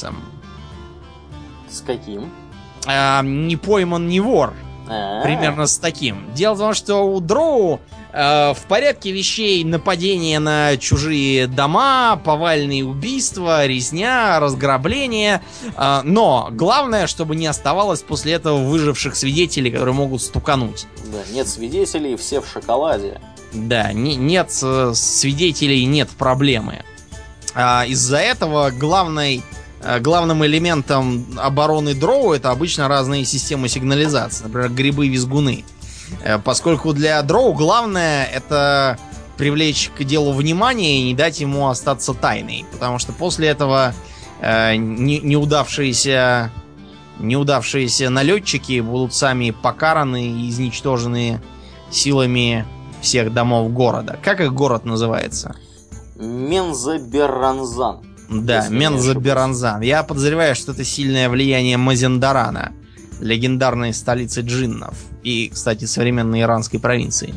С каким? А, не пойман, не вор. А-а-а. Примерно с таким. Дело в том, что у Дроу э, в порядке вещей нападение на чужие дома, повальные убийства, резня, разграбление. Э, но главное, чтобы не оставалось после этого выживших свидетелей, которые могут стукануть. Да, нет свидетелей, все в шоколаде. Да, не, нет э, свидетелей, нет проблемы. А из-за этого главной, э, главным элементом обороны Дроу это обычно разные системы сигнализации. Например, грибы-визгуны. Э, поскольку для Дроу главное это привлечь к делу внимание и не дать ему остаться тайной. Потому что после этого э, не, неудавшиеся, неудавшиеся налетчики будут сами покараны и изничтожены силами всех домов города. Как их город называется? Мензеберанзан. Да, Мензеберанзан. Я подозреваю, что это сильное влияние Мазендарана, легендарной столицы джиннов и, кстати, современной иранской провинции.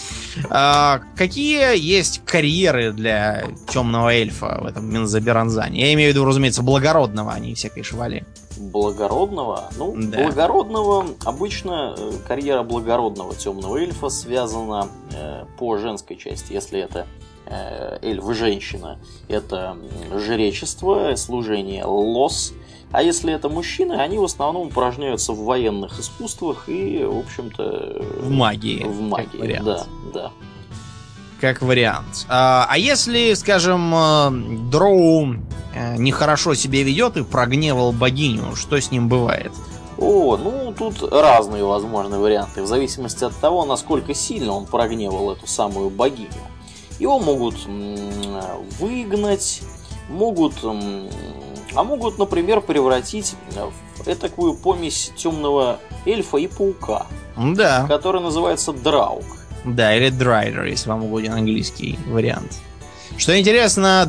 А, какие есть карьеры для темного эльфа в этом Мензеберанзане? Я имею в виду, разумеется, благородного, а не всякой швали. Благородного? Ну, да. Благородного, обычно э, карьера благородного темного эльфа связана э, по женской части, если это э, эльф-женщина, это жречество, служение лос. А если это мужчины, они в основном упражняются в военных искусствах и, в общем-то... В магии. В магии, да, да. Как вариант. А, а если, скажем, Дроу нехорошо себя ведет и прогневал богиню, что с ним бывает? О, ну тут разные возможные варианты, в зависимости от того, насколько сильно он прогневал эту самую богиню. Его могут м- выгнать, могут... М- а могут, например, превратить в этакую помесь темного эльфа и паука, да. который называется Драук. Да, или Драйдер, если вам угоден английский вариант. Что интересно,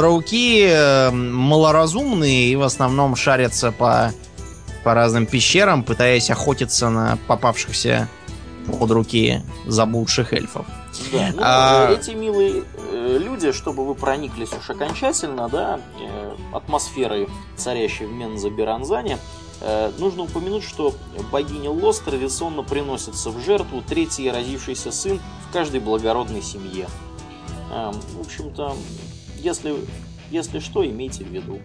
драуки малоразумные и в основном шарятся по, по разным пещерам, пытаясь охотиться на попавшихся под руки заблудших эльфов. Да, ну, а... эти милые э, люди, чтобы вы прониклись уж окончательно, да, э, атмосферой, царящей в Мензеберанзане, э, нужно упомянуть, что богине Лос традиционно приносится в жертву третий родившийся сын в каждой благородной семье. Э, в общем-то, если, если что, имейте в виду.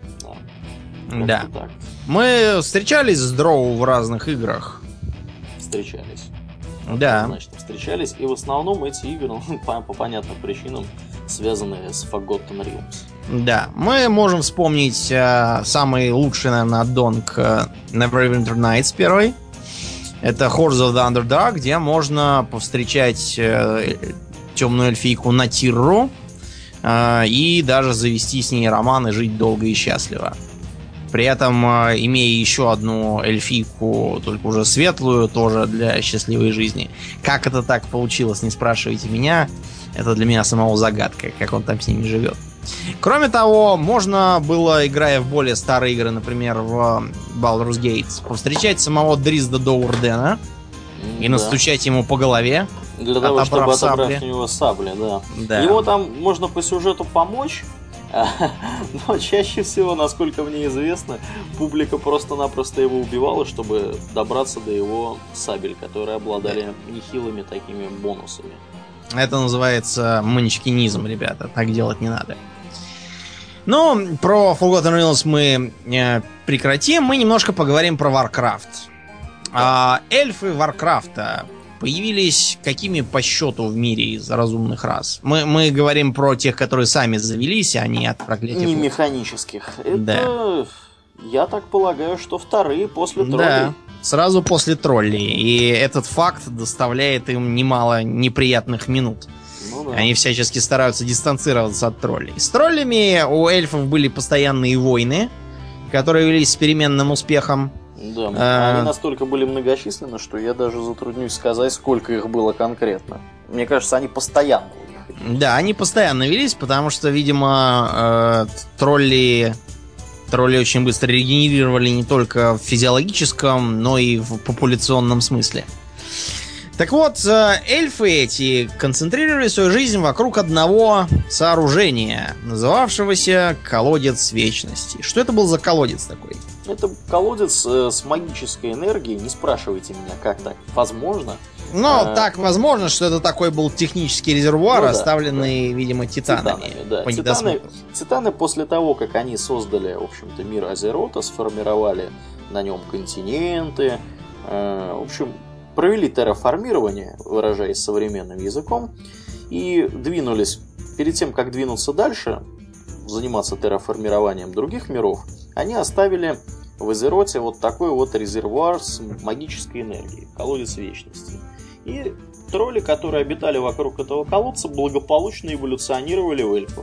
Да. Да. Так. Мы встречались с Дроу в разных играх. Встречались. Да. Значит, встречались, и в основном эти игры, ну, по, по понятным причинам, связаны с Forgotten Realms. Да, мы можем вспомнить э, самый лучший, наверное, аддон к э, Neverwinter Nights первый. Это Hordes of the Underdark, где можно повстречать э, темную эльфийку Натирру э, и даже завести с ней роман и жить долго и счастливо. При этом, имея еще одну эльфийку, только уже светлую, тоже для счастливой жизни. Как это так получилось, не спрашивайте меня. Это для меня самого загадка, как он там с ними живет. Кроме того, можно было, играя в более старые игры, например, в Baldur's Gate, повстречать самого Дризда Доурдена и да. настучать ему по голове. Для того, чтобы отобрать у него сабли, да. да. Его там можно по сюжету помочь. Но чаще всего, насколько мне известно, публика просто-напросто его убивала, чтобы добраться до его сабель, которые обладали нехилыми такими бонусами. Это называется манчкинизм, ребята. Так делать не надо. Ну, про Forgotten Realms мы э, прекратим. Мы немножко поговорим про Warcraft. А, эльфы Варкрафта появились какими по счету в мире из разумных рас? Мы, мы говорим про тех, которые сами завелись, а не от проклятия. Не механических. Это, да. Я так полагаю, что вторые после троллей. Да, сразу после троллей. И этот факт доставляет им немало неприятных минут. Ну, да. Они всячески стараются дистанцироваться от троллей. С троллями у эльфов были постоянные войны, которые велись с переменным успехом. Да, а... они настолько были многочисленны, что я даже затруднюсь сказать, сколько их было конкретно. Мне кажется, они постоянно у них. Да, они постоянно велись, потому что, видимо, э, тролли, тролли очень быстро регенерировали не только в физиологическом, но и в популяционном смысле. Так вот, э, эльфы эти концентрировали свою жизнь вокруг одного сооружения, называвшегося Колодец Вечности. Что это был за колодец такой? Это колодец э, с магической энергией. Не спрашивайте меня, как так возможно. Но а... так возможно, что это такой был технический резервуар, ну, да, оставленный, да. видимо, титанами. Титанами, да. По Титаны, титаны после того, как они создали, в общем-то, мир Азерота, сформировали на нем континенты, э, в общем, провели терраформирование, выражаясь современным языком, и двинулись. Перед тем, как двинуться дальше, заниматься терраформированием других миров, они оставили в Азероте вот такой вот резервуар с магической энергией, колодец вечности. И тролли, которые обитали вокруг этого колодца, благополучно эволюционировали в эльфов.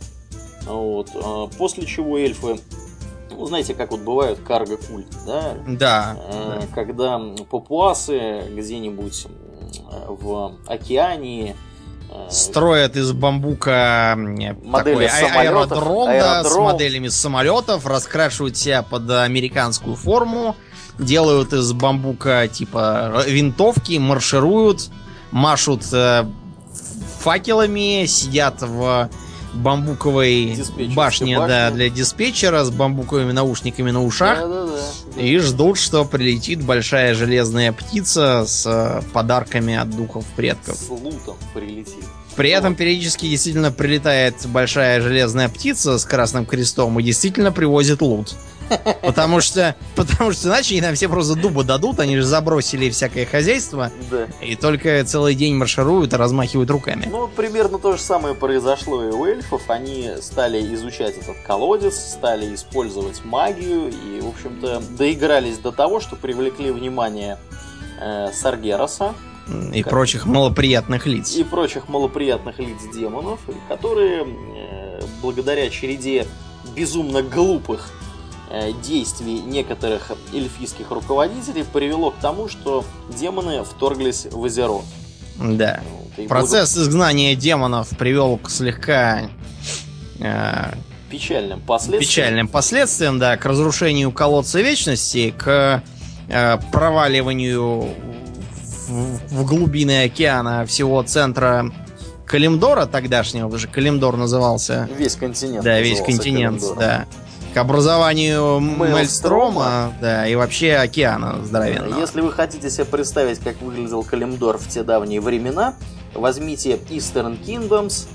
Вот. После чего эльфы, ну, знаете, как вот бывают карго-культы, да? Да. Э, когда папуасы где-нибудь в океане строят из бамбука такой аэродром, да, с моделями самолетов, раскрашивают себя под американскую форму, делают из бамбука типа винтовки, маршируют, машут э, факелами, сидят в бамбуковой башне, да, для диспетчера с бамбуковыми наушниками на ушах, да, да, да. И ждут, что прилетит большая железная птица с подарками от духов предков. С лутом прилетит. При этом периодически действительно прилетает большая железная птица с красным крестом и действительно привозит лут. Потому что, потому что иначе нам все просто дуба дадут, они же забросили всякое хозяйство, да. И только целый день маршируют и размахивают руками. Ну, примерно то же самое произошло и у эльфов. Они стали изучать этот колодец, стали использовать магию и, в общем-то, доигрались до того, что привлекли внимание э, Саргераса. И как... прочих малоприятных лиц. И прочих малоприятных лиц демонов, которые э, благодаря череде безумно глупых действий некоторых эльфийских руководителей привело к тому, что демоны вторглись в Азерот. Да. Вот, процесс благо... изгнания демонов привел к слегка э, печальным последствиям. Печальным последствиям, да, к разрушению колодца вечности, к э, проваливанию в, в глубины океана всего центра Калимдора тогдашнего, даже Калимдор назывался. Весь континент. Да, весь континент, Калимдором. Да. К образованию Мэльстрома, да, и вообще океана здоровенного. Если вы хотите себе представить, как выглядел Калимдор в те давние времена, возьмите Eastern Kingdoms,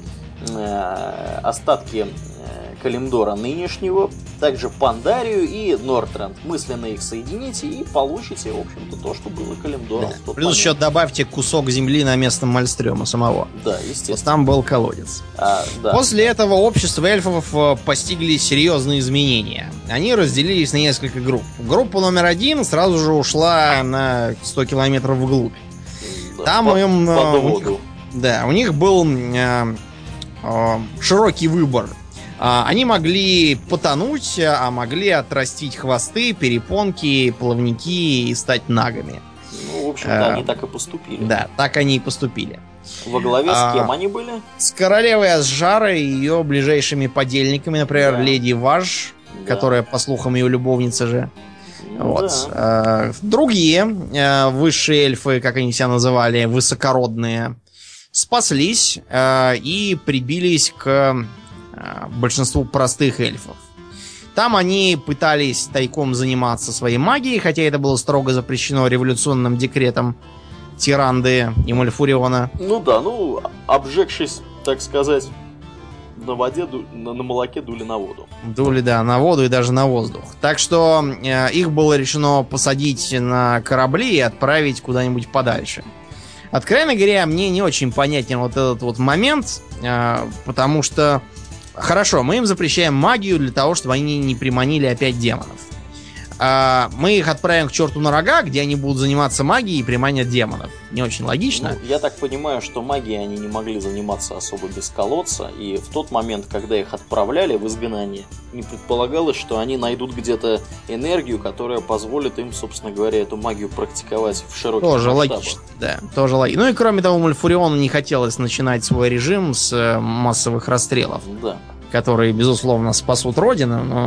э, остатки э, Калимдора нынешнего, также Пандарию и Нортренд. Мысленно их соедините и получите, в общем-то, то, что было Калимдором. Да. Плюс еще добавьте кусок земли на место Мальстрёма самого. Да, естественно. Вот там был колодец. А, да. После этого общество эльфов постигли серьезные изменения. Они разделились на несколько групп. Группа номер один сразу же ушла на сто километров вглубь. Да, там под, им... Под у них, да, у них был э, э, широкий выбор. Они могли потонуть, а могли отрастить хвосты, перепонки, плавники и стать нагами. Ну, в общем-то, а, они так и поступили. Да, так они и поступили. Во главе с кем а, они были? С королевой Асжарой и ее ближайшими подельниками, например, да. Леди Важ, да. Которая, по слухам, ее любовница же. Ну, вот. Да. А, другие а, высшие эльфы, как они себя называли, высокородные, спаслись а, и прибились к большинству простых эльфов. Там они пытались тайком заниматься своей магией, хотя это было строго запрещено революционным декретом Тиранды и Мальфуриона. Ну да, ну, обжегшись, так сказать, на воде, на, на молоке дули на воду. Дули, да, на воду и даже на воздух. Так что э, их было решено посадить на корабли и отправить куда-нибудь подальше. Откровенно говоря, мне не очень понятен вот этот вот момент, э, потому что хорошо, мы им запрещаем магию для того, чтобы они не приманили опять демонов. А мы их отправим к черту на рога, где они будут заниматься магией и приманят демонов. Не очень логично. Ну, я так понимаю, что магией они не могли заниматься особо без колодца. И в тот момент, когда их отправляли в изгнание, не предполагалось, что они найдут где-то энергию, которая позволит им, собственно говоря, эту магию практиковать в широких тоже масштабах. Логично, да, тоже логично. Ну и кроме того, Мальфуриону не хотелось начинать свой режим с массовых расстрелов. Да. Которые, безусловно, спасут Родину, но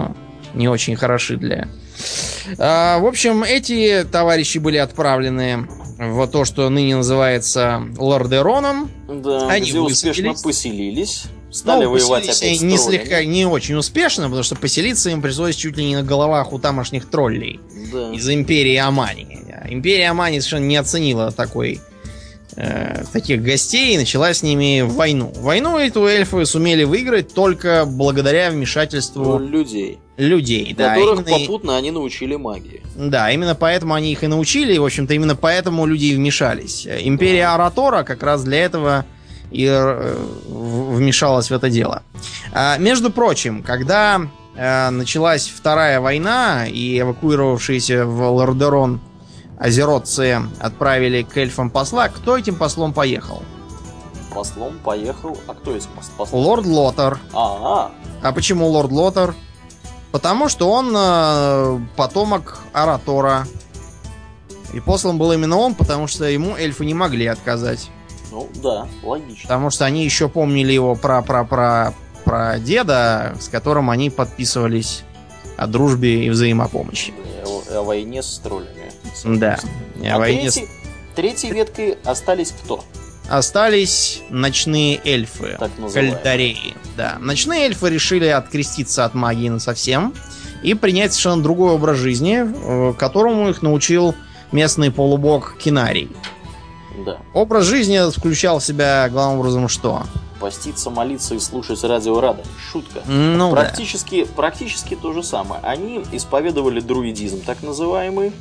не очень хороши для... А, в общем, эти товарищи были отправлены в то, что ныне называется Лордероном. Да, они где успешно высадились. поселились. Стали Ну, воевать поселились опять с не троллями. слегка, не очень успешно, потому что поселиться им пришлось чуть ли не на головах у тамошних троллей Да. из империи Амани. Империя Амани совершенно не оценила такой, э, таких гостей и начала с ними войну. Войну эту эльфы сумели выиграть только благодаря вмешательству Людей, людей. Да, которых именно, попутно они научили магии. да, именно поэтому они их и научили, и, в общем-то, именно поэтому люди и вмешались. Империя Аратора как раз для этого и э, в- вмешалась в это дело. А, между прочим, когда э, началась Вторая война, и эвакуировавшиеся в Лордерон азеротцы отправили к эльфам посла, кто этим послом поехал? Послом поехал. А кто из пос- послов? Лорд Лотар. А, А почему Лорд Лотар? Потому что он э, потомок Аратора. И послом был именно он, потому что ему эльфы не могли отказать. ну да, логично. Потому что они еще помнили его про про про про деда, с которым они подписывались о дружбе и взаимопомощи. И О, о войне с троллями. Да. И о А войне с- третий- третьей веткой остались кто? Остались ночные эльфы. Так называемые. Кальдареи. Да. Ночные эльфы решили откреститься от магии насовсем и принять совершенно другой образ жизни, э, которому их научил местный полубог Кинарий. Да. Образ жизни этот включал в себя главным образом что? Поститься, молиться и слушать радио Рада. Шутка. Ну да. практически, практически то же самое. Они исповедовали друидизм, так называемый.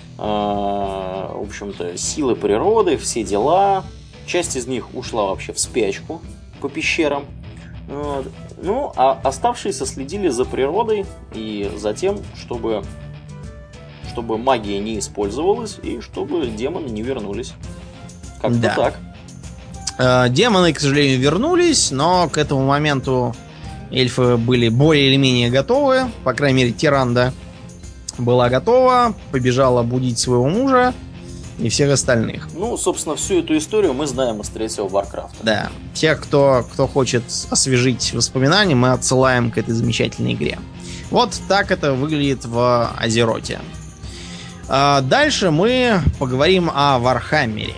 А, в общем-то, силы природы, все дела. Часть из них ушла вообще в спячку по пещерам. Вот. Ну, а оставшиеся следили за природой и за тем, чтобы, чтобы магия не использовалась и чтобы демоны не вернулись. Как-то Да. так. Э, Демоны, к сожалению, вернулись, но к этому моменту эльфы были более или менее готовы. По крайней мере, Тиранда была готова, побежала будить своего мужа и всех остальных. Ну, собственно, всю эту историю мы знаем из третьего Варкрафта. Да, тех, кто, кто хочет освежить воспоминания, мы отсылаем к этой замечательной игре. Вот так это выглядит в Азероте. А дальше мы поговорим о Вархаммере.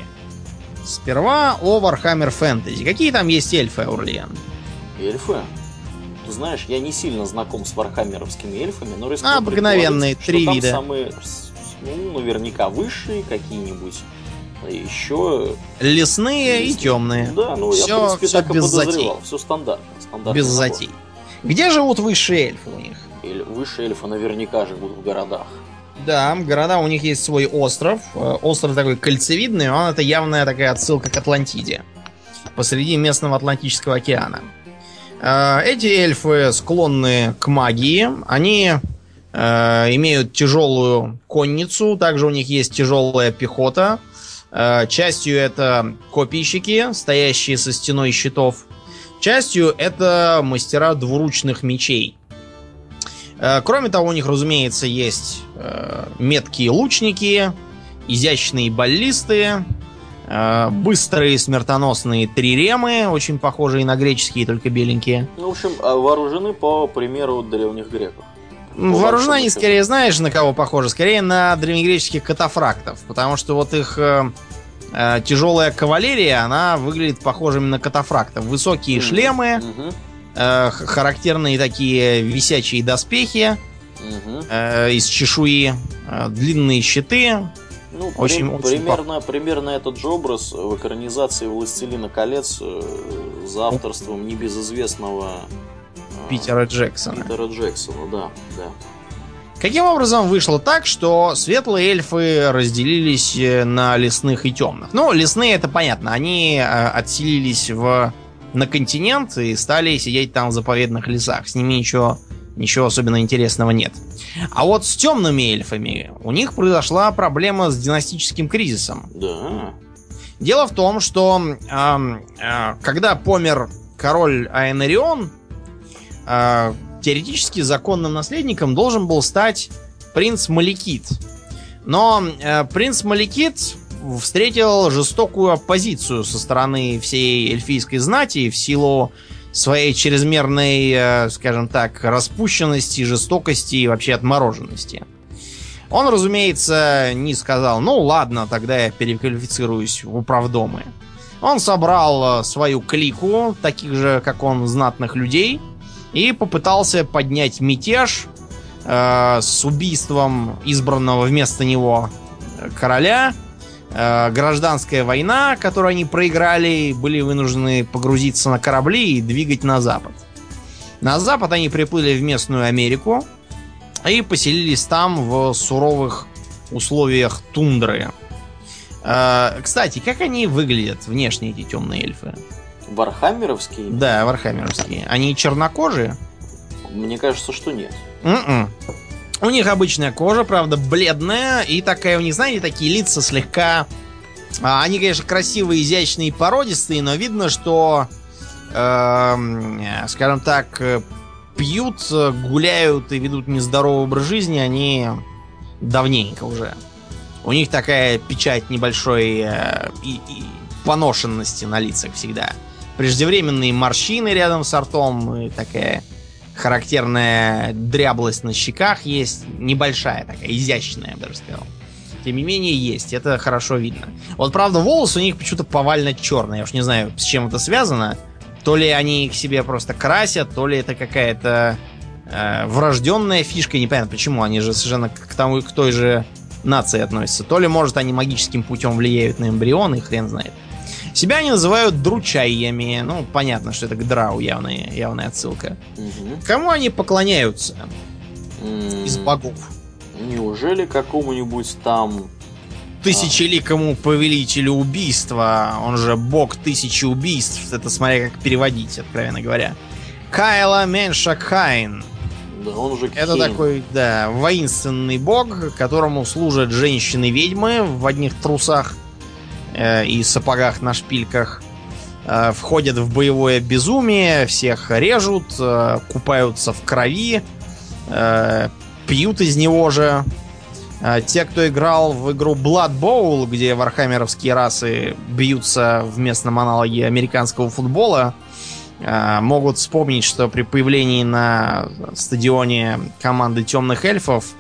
Сперва о Warhammer Fantasy. Какие там есть эльфы, Аурлиен? Эльфы? Ты знаешь, я не сильно знаком с вархаммеровскими эльфами, но рискну Обыкновенные, предположить, три что там вида. самые, ну, наверняка высшие какие-нибудь. Еще... Лесные и темные. Да, ну Всё- я, в принципе, всё так и без подозревал. Все стандартно. стандартный Без набор. затей. Где живут высшие эльфы у них? Эль- Высшие эльфы наверняка живут в городах. Да, города у них есть свой остров. Э, Остров такой кольцевидный, он это явная такая отсылка к Атлантиде. Посреди местного Атлантического океана. Э, Эти эльфы склонны к магии. Они э, имеют тяжелую конницу. Также у них есть тяжелая пехота. Э, Частью это копийщики, стоящие со стеной щитов. Частью это мастера двуручных мечей. Э, Кроме того, у них, разумеется, есть э, меткие лучники, изящные баллисты, э, быстрые смертоносные триремы, очень похожие на греческие, только беленькие. Ну, в общем, а вооружены по примеру древних греков. Вооружены они большому скорее, знаешь, на кого похожи? Скорее на древнегреческих катафрактов, потому что вот их э, э, тяжелая кавалерия, она выглядит похожими на катафрактов. Высокие Мгм. шлемы, Мгм. э, х- характерные такие висячие доспехи Мгм. э, из чешуи, э, длинные щиты. Ну, Очень- при- очень примерно, примерно этот же образ в экранизации «Властелина колец» э, за авторством небезызвестного э, Питера Джексона. Питера Джексона, да, да. Каким образом вышло так, что светлые эльфы разделились э, на лесных и темных? Ну, лесные это понятно, они э, отселились в, на континент и стали сидеть там в заповедных лесах. С ними ничего, ничего особенно интересного нет. А вот с темными эльфами у них произошла проблема с династическим кризисом. Да. Дело в том, что эм, э, когда помер король Аэнарион, э, теоретически законным наследником должен был стать принц Маликит. Но э, принц Маликит встретил жестокую оппозицию со стороны всей эльфийской знати в силу своей чрезмерной, скажем так, распущенности, жестокости и вообще отмороженности. Он, разумеется, не сказал: ну ладно, тогда я переквалифицируюсь в управдомы. Он собрал свою клику, таких же, как он, знатных людей, и попытался поднять мятеж э, с убийством избранного вместо него короля. Э, гражданская война, которую они проиграли, были вынуждены погрузиться на корабли и двигать на запад. На запад они приплыли в местную Америку и поселились там в суровых условиях тундры. Э, кстати, как они выглядят внешне, эти темные эльфы? Вархаммеровские? Да, вархаммеровские. Они чернокожие? Мне кажется, что нет. Mm-mm. У них обычная кожа, правда, бледная. И такая, у них, знаете, такие лица слегка... А, они, конечно, красивые, изящные и породистые, но видно, что, э, скажем так, пьют, гуляют и ведут нездоровый образ жизни они давненько уже. У них такая печать небольшой э, и, и поношенности на лицах всегда. Преждевременные морщины рядом с ртом, и такая характерная дряблость на щеках есть. Небольшая такая, изящная, я бы даже сказал. Тем не менее, есть. Это хорошо видно. Вот, правда, волосы у них почему-то повально черные. Я уж не знаю, с чем это связано. То ли они их себе просто красят, то ли это какая-то э, врожденная фишка. Непонятно почему. Они же совершенно к, тому, к той же нации относятся. То ли, может, они магическим путем влияют на эмбрионы, хрен знает. Себя они называют дручайями. Ну, понятно, что это к драу явная, явная отсылка. Угу. Кому они поклоняются м-м- из богов? Неужели какому-нибудь там... Тысячеликому повелителю убийства, он же бог тысячи убийств. Это смотря как переводить, откровенно говоря. Кайла Менша Кайн. Да, он же Это Кейн. Такой, да, воинственный бог, которому служат женщины-ведьмы в одних трусах э, и сапогах на шпильках. Э, входят в боевое безумие, всех режут, э, купаются в крови, э, пьют из него же. Э, те, кто играл в игру Blood Bowl, где вархаммеровские расы бьются в местном аналоге американского футбола, могут вспомнить, что при появлении на стадионе команды темных эльфов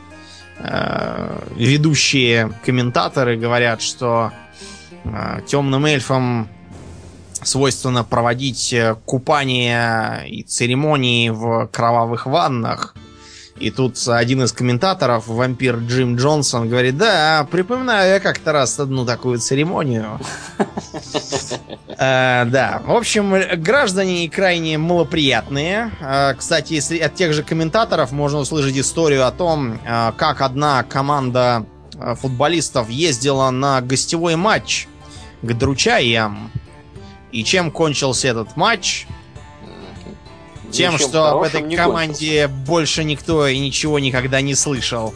ведущие комментаторы говорят, что темным эльфам свойственно проводить купания и церемонии в кровавых ваннах. И тут один из комментаторов, вампир Джим Джонсон, говорит: да, припоминаю я как-то раз одну такую церемонию. Uh, да, в общем, граждане крайне малоприятные. Uh, кстати, если от тех же комментаторов можно услышать историю о том, uh, как одна команда uh, футболистов ездила на гостевой матч к дручаям. И чем кончился этот матч? Тем, Ничем что об этой команде кончился. Больше никто и ничего никогда не слышал.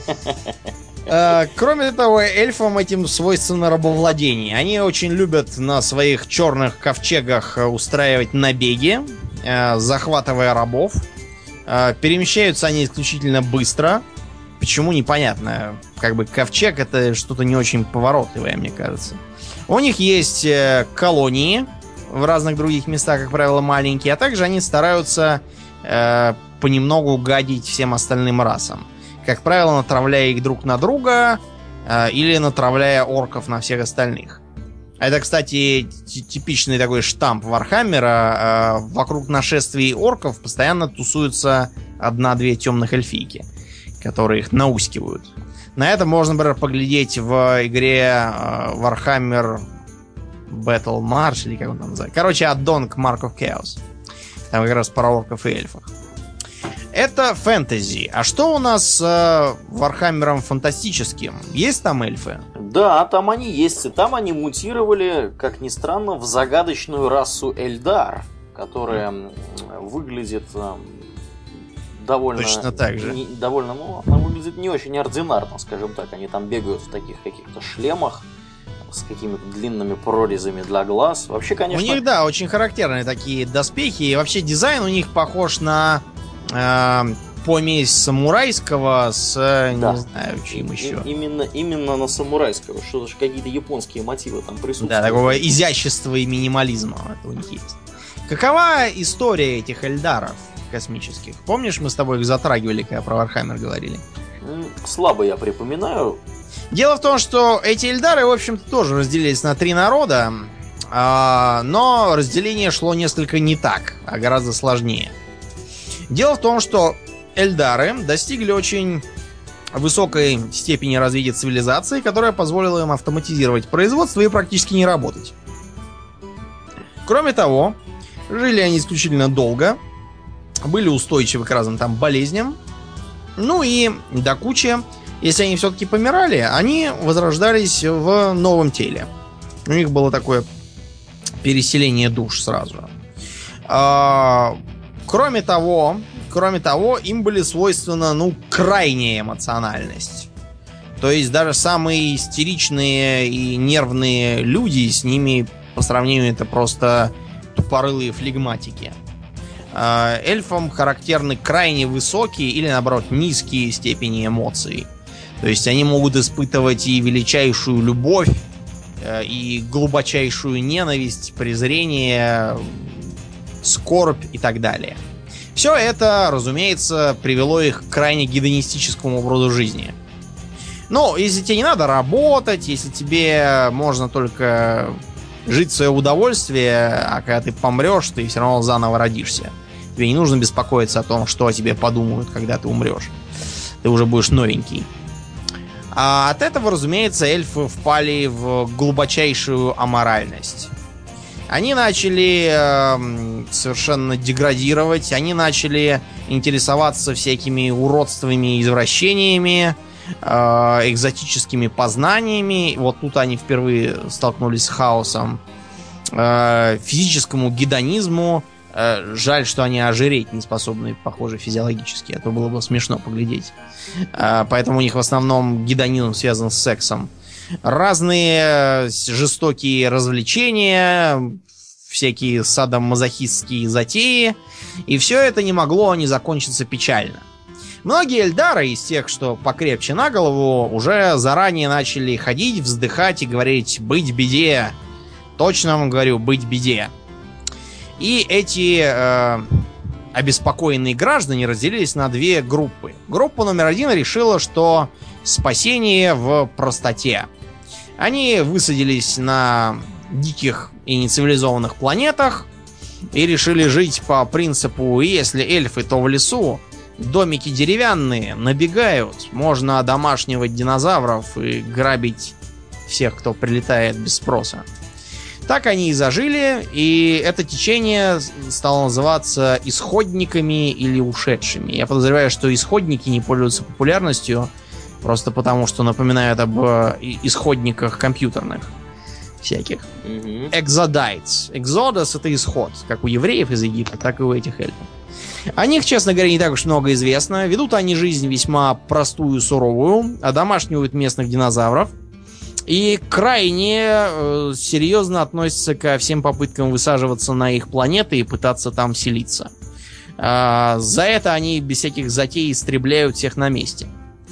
Кроме того, эльфам этим свойственно рабовладение. Они очень любят на своих черных ковчегах устраивать набеги, захватывая рабов. Перемещаются они исключительно быстро. Почему, непонятно. Как бы ковчег — это что-то не очень поворотливое, мне кажется. У них есть колонии в разных других местах, как правило, маленькие. А также они стараются понемногу гадить всем остальным расам. Как правило, натравляя их друг на друга э, или натравляя орков на всех остальных. Это, кстати, типичный такой штамп Вархаммера. Э, вокруг нашествий орков постоянно тусуются одна-две темных эльфийки, которые их наускивают. На это можно, например, поглядеть в игре э, Warhammer Battle March, или как он там называется. Короче, аддон к Mark of Chaos. Там как раз про орков и эльфов. Это фэнтези. А что у нас с э, Вархаммером фантастическим? Есть там эльфы? Да, там они есть. И там они мутировали, как ни странно, в загадочную расу Эльдар, которая выглядит э, довольно... Точно так же. Не, довольно, ну, она выглядит не очень ординарно, скажем так. Они там бегают в таких каких-то шлемах с какими-то длинными прорезями для глаз. Вообще, конечно... У них, да, очень характерные такие доспехи. И вообще дизайн у них похож на... помесь самурайского с, Да. не знаю, чем И- еще. Именно, именно на самурайского, что же какие-то японские мотивы там присутствуют. Да, такого изящества и минимализма это у них есть. Какова история этих эльдаров космических? Помнишь, мы с тобой их затрагивали, когда про Вархаммер говорили? М, Слабо я припоминаю. Дело в том, что эти эльдары, в общем-то, тоже разделились на три народа, а, но разделение шло несколько не так, а гораздо сложнее. Дело в том, что эльдары достигли очень высокой степени развития цивилизации, которая позволила им автоматизировать производство и практически не работать. Кроме того, жили они исключительно долго, были устойчивы к разным там болезням, ну и до кучи, если они все-таки помирали, они возрождались в новом теле. У них было такое переселение душ сразу. А, кроме того, кроме того, им были свойственна, ну, крайняя эмоциональность. То есть даже самые истеричные и нервные люди с ними по сравнению это просто тупорылые флегматики. А, эльфам характерны крайне высокие или, наоборот, низкие степени эмоций. То есть они могут испытывать и величайшую любовь, э, и глубочайшую ненависть, презрение, скорбь и так далее. Все это, разумеется, привело их к крайне гедонистическому образу жизни. Ну, если тебе не надо работать, если тебе можно только жить в свое удовольствие, а когда ты помрешь, ты все равно заново родишься. Тебе не нужно беспокоиться о том, что о тебе подумают, когда ты умрешь. Ты уже будешь новенький. А от этого, разумеется, эльфы впали в глубочайшую аморальность. Они начали э, совершенно деградировать, они начали интересоваться всякими уродствами и извращениями, э, экзотическими познаниями. Вот тут они впервые столкнулись с хаосом. Э, физическому гедонизму. Э, жаль, что они ожиреть не способны, похоже, физиологически. А то было бы смешно поглядеть. Э, поэтому у них в основном гедонизм связан с сексом. Разные жестокие развлечения, всякие садомазохистские затеи. И все это не могло не закончиться печально. Многие эльдары из тех, что покрепче на голову, уже заранее начали ходить, вздыхать и говорить «быть беде». Точно вам говорю, быть беде. И эти э, обеспокоенные граждане разделились на две группы. Группа номер один решила, что спасение в простоте. Они высадились на диких и нецивилизованных планетах и решили жить по принципу «если эльфы, то в лесу». Домики деревянные, набегают, можно одомашнивать динозавров и грабить всех, кто прилетает без спроса. Так они и зажили, и это течение стало называться исходниками или ушедшими. Я подозреваю, что исходники не пользуются популярностью, просто потому что напоминают об исходниках компьютерных всяких. Мгм. Exodites. Exodus — это исход, как у евреев из Египта, так и у этих эльфов. О них, честно говоря, не так уж много известно. Ведут они жизнь весьма простую, суровую, одомашнивают местных динозавров и крайне э, серьезно относятся ко всем попыткам высаживаться на их планеты и пытаться там селиться. А, за это они без всяких затей истребляют всех на месте.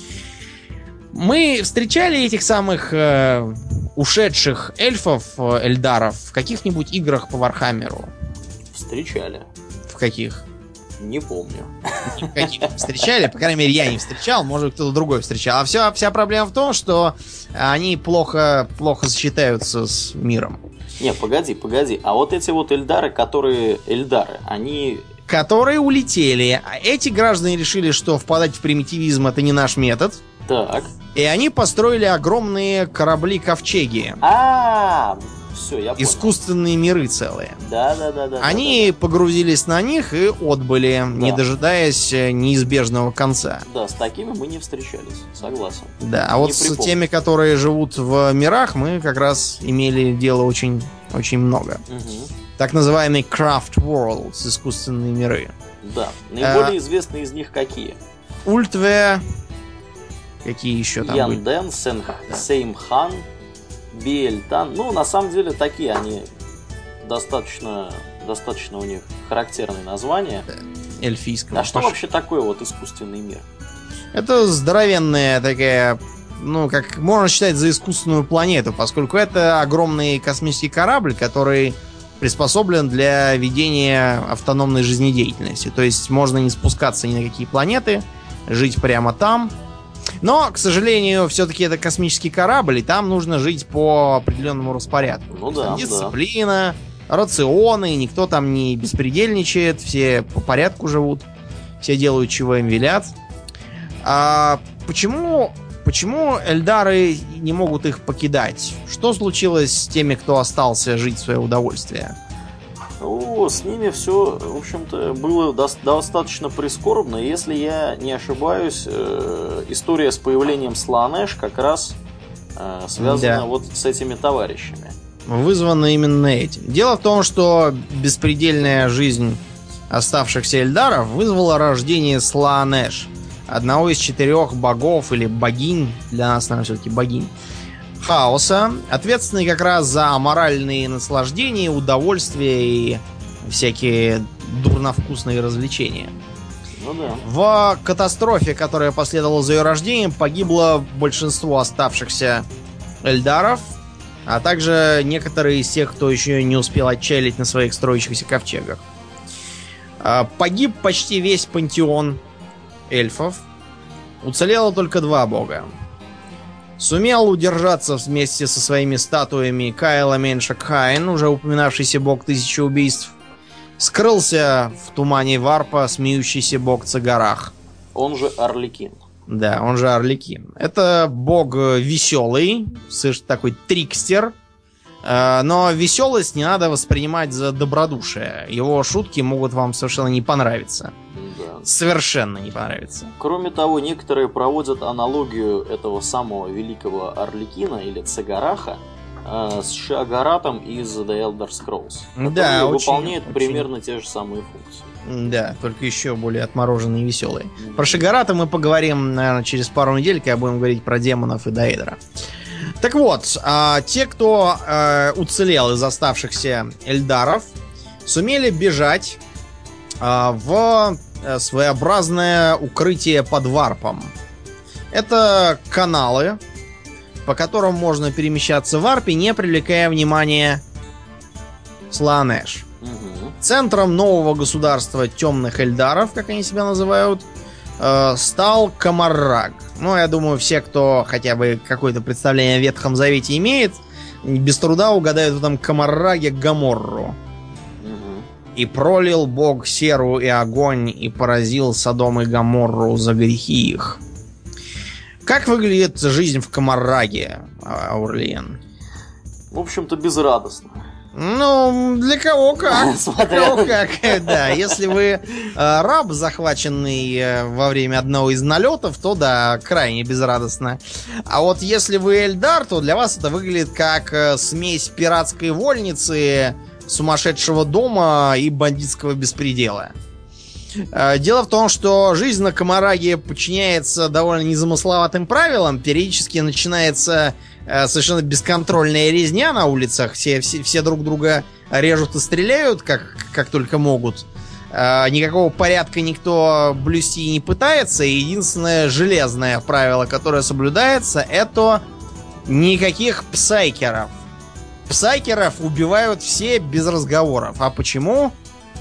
Мы встречали этих самых э, ушедших эльфов, э, эльдаров, в каких-нибудь играх по Вархаммеру? Встречали. В каких? Не помню. Ни в каких не встречали, по крайней мере, я не встречал, может быть, кто-то другой встречал. А все, вся проблема в том, что они плохо, плохо сочетаются с миром. Не, погоди, погоди. А вот эти вот эльдары, которые эльдары, они... Которые улетели. А эти граждане решили, что впадать в примитивизм — это не наш метод. Так. И они построили огромные корабли-ковчеги. А, все, я понял. Искусственные миры целые. Да, да, да, да. Они да, да. погрузились на них и отбыли, не дожидаясь неизбежного конца. Да, с такими мы не встречались, согласен. Да, а вот Не с припомню. теми, которые живут в мирах, мы как раз имели дело очень, очень много. Угу. Так называемый Craft Worlds, искусственные миры. Да. Наиболее А... известные из них какие? Ультве. Какие еще там были? Янден, Сен... Сеймхан, Биэльтан. Ну, на самом деле, такие они достаточно, достаточно у них характерные названия. эльфийского. А что вообще такое вот искусственный мир? Это здоровенная такая, ну, как можно считать за искусственную планету, поскольку это огромный космический корабль, который приспособлен для ведения автономной жизнедеятельности. То есть можно не спускаться ни на какие планеты, жить прямо там. Но, к сожалению, все-таки это космический корабль, и там нужно жить по определенному распорядку. Ну да, дисциплина, да. Рационы, никто там не беспредельничает, все по порядку живут, все делают, чего им велят. А почему, почему эльдары не могут их покидать? Что случилось с теми, кто остался жить в свое удовольствие? Ну, с ними все, в общем-то, было до- достаточно прискорбно. Если я не ошибаюсь, э- история с появлением Слаанеш как раз э- связана да. вот с этими товарищами. Вызвано именно этим. Дело в том, что беспредельная жизнь оставшихся эльдаров вызвала рождение Слаанеш, одного из четырех богов или богинь, для нас, наверное, все-таки богинь, хаоса, ответственный как раз за аморальные наслаждения, удовольствия и всякие дурновкусные развлечения. Ну да. В катастрофе, которая последовала за ее рождением, погибло большинство оставшихся эльдаров, а также некоторые из тех, кто еще не успел отчалить на своих строящихся ковчегах. Погиб почти весь пантеон эльфов. Уцелело только два бога. Сумел удержаться вместе со своими статуями Кайл Меншек Хайн, уже упоминавшийся бог тысячи убийств. Скрылся в тумане Варпа смеющийся бог Цагарах. Он же Арлекин. Да, он же Арлекин. Это бог веселый, такой трикстер. Но веселость не надо воспринимать за добродушие. Его шутки могут вам совершенно не понравиться. Да. Совершенно не понравится. Кроме того, некоторые проводят аналогию этого самого великого Арлекина или Цагараха э, с Шиагаратом из The Elder Scrolls, который да, выполняет очень, примерно очень... те же самые функции. Да, только еще более отмороженные и веселые. Mm-hmm. Про Шигарата мы поговорим, наверное, через пару недель, когда будем говорить про демонов и Даэдра. Так вот, э, те, кто э, уцелел из оставшихся эльдаров, сумели бежать э, в э, своеобразное укрытие под Варпом. Это каналы, по которым можно перемещаться в Варпе, не привлекая внимания Слаанеш. Угу. Центром нового государства темных эльдаров, как они себя называют, э, стал Камарраг. Ну, я думаю, все, кто хотя бы какое-то представление о Ветхом Завете имеет, без труда угадают в этом Камарраге Гоморру. Угу. И пролил Бог серу и огонь, и поразил Содом и Гоморру за грехи их. Как выглядит жизнь в Камарраге, Аурлиен? В общем-то, безрадостно. Ну, для кого как. Смотря. Для кого как, да. Если вы э, раб, захваченный э, во время одного из налетов, то да, крайне безрадостно. А вот если вы эльдар, то для вас это выглядит как э, смесь пиратской вольницы, сумасшедшего дома и бандитского беспредела. Э, дело в том, что жизнь на Камарраге подчиняется довольно незамысловатым правилам. Периодически начинается совершенно бесконтрольная резня на улицах. Все, все, все друг друга режут и стреляют, как, как только могут. А, никакого порядка никто блюсти не пытается. И единственное железное правило, которое соблюдается, это никаких псайкеров. Псайкеров убивают все без разговоров. А почему?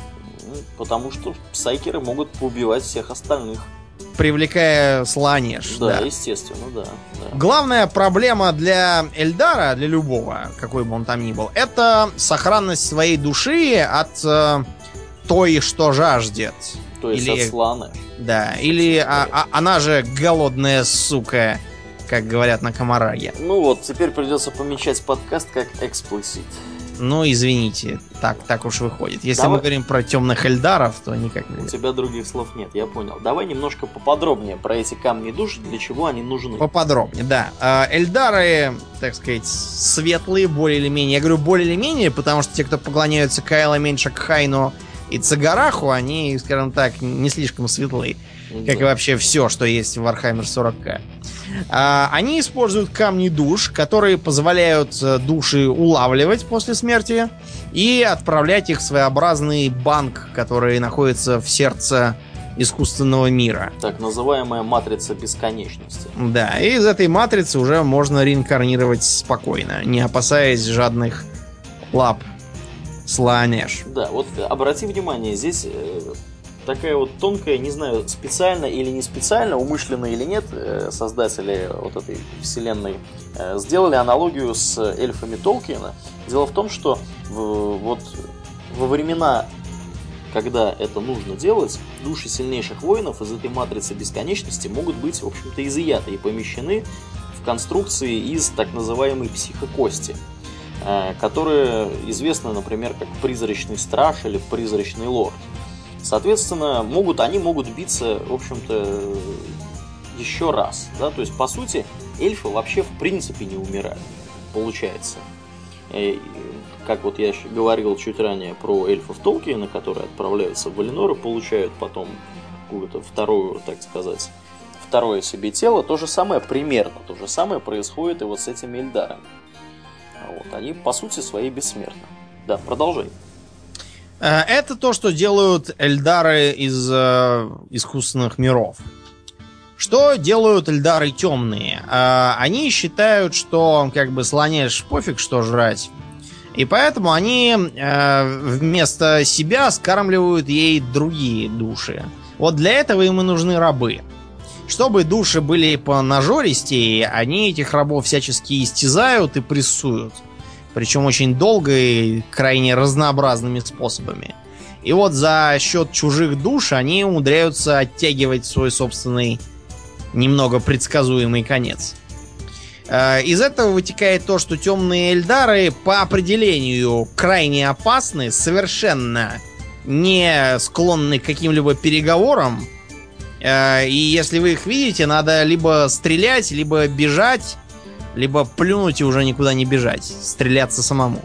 Потому что псайкеры могут поубивать всех остальных. Привлекая Слаанеш. Да, да, естественно, да, да. Главная проблема для эльдара, для любого, какой бы он там ни был, это сохранность своей души от э, той, что жаждет. То есть или, от Слаанеш. Да, или а, а, она же голодная сука, как говорят на Камарраге. Ну вот, теперь придется помечать подкаст как эксплисит. Ну, извините, так, так уж выходит. Если Давай. мы говорим про темных эльдаров, то никак У нельзя. тебя других слов нет, я понял. Давай немножко поподробнее про эти камни душ, для чего они нужны. Поподробнее, да. А, Эльдары, так сказать, светлые, более или менее. Я говорю более или менее, потому что те, кто поклоняются Кайла Меншек Хайну и Цагараху, они, скажем так, не слишком светлые. Да. Как и вообще все, что есть в Warhammer сорок ка. Они используют камни душ, которые позволяют души улавливать после смерти и отправлять их в своеобразный банк, который находится в сердце искусственного мира. Так называемая матрица бесконечности. Да, и из этой матрицы уже можно реинкарнировать спокойно, не опасаясь жадных лап Слаанеш. Да, вот обрати внимание, здесь такая вот тонкая, не знаю, специально или не специально, умышленно или нет, создатели вот этой вселенной сделали аналогию с эльфами Толкиена. Дело в том, что в, вот во времена, когда это нужно делать, души сильнейших воинов из этой матрицы бесконечности могут быть, в общем-то, изъяты и помещены в конструкции из так называемой психокости, которая известна, например, как призрачный страж или призрачный лорд. Соответственно, могут, они могут биться, в общем-то, еще раз. Да? То есть, по сути, эльфы вообще в принципе не умирают, получается. Как вот я говорил чуть ранее про эльфов Толкиена, которые отправляются в Валинор и получают потом какую-то вторую, так сказать, второе себе тело, то же самое, примерно то же самое происходит и вот с этими эльдарами. Вот, они по сути своей бессмертны. Да, продолжай. Это то, что делают эльдары из э, искусственных миров. Что делают эльдары темные? Э, они считают, что как бы Слаанеш пофиг, что жрать. И поэтому они э, вместо себя скармливают ей другие души. Вот для этого им и нужны рабы. Чтобы души были понажористее, они этих рабов всячески истязают и прессуют. Причем очень долго и крайне разнообразными способами. И вот за счет чужих душ они умудряются оттягивать свой собственный, немного предсказуемый конец. Из этого вытекает то, что темные эльдары по определению крайне опасны, совершенно не склонны к каким-либо переговорам. И если вы их видите, надо либо стрелять, либо бежать, либо плюнуть и уже никуда не бежать, стреляться самому.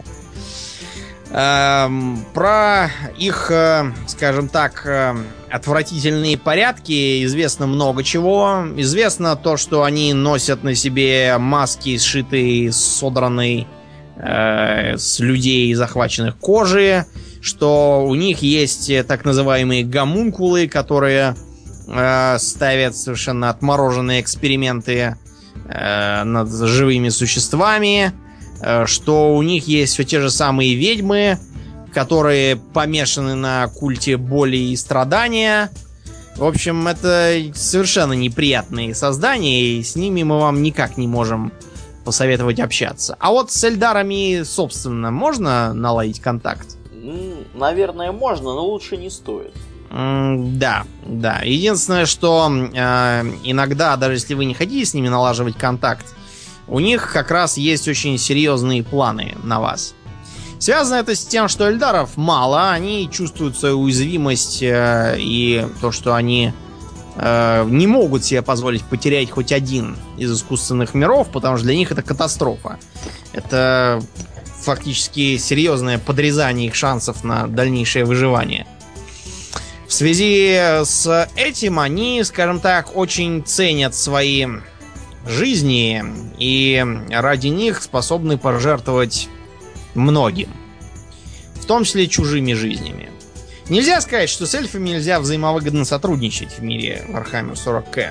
Про их, скажем так, отвратительные порядки известно много чего. Известно то, что они носят на себе маски, сшитые с содранной э, с людей, захваченных кожи, что у них есть так называемые гомункулы, которые э, ставят совершенно отмороженные эксперименты э, над живыми существами, что у них есть все те же самые ведьмы, которые помешаны на культе боли и страдания. В общем, это совершенно неприятные создания, и с ними мы вам никак не можем посоветовать общаться. А вот с эльдарами, собственно, можно наладить контакт? Наверное, можно, но лучше не стоит. М- да, да. Единственное, что э, иногда, даже если вы не хотите с ними налаживать контакт, у них как раз есть очень серьезные планы на вас. Связано это с тем, что эльдаров мало, они чувствуют свою уязвимость э, и то, что они э, не могут себе позволить потерять хоть один из искусственных миров, потому что для них это катастрофа. Это фактически серьезное подрезание их шансов на дальнейшее выживание. В связи с этим они, скажем так, очень ценят свои жизни и ради них способны пожертвовать многим, в том числе чужими жизнями. Нельзя сказать, что с эльфами нельзя взаимовыгодно сотрудничать в мире Warhammer сорок кей.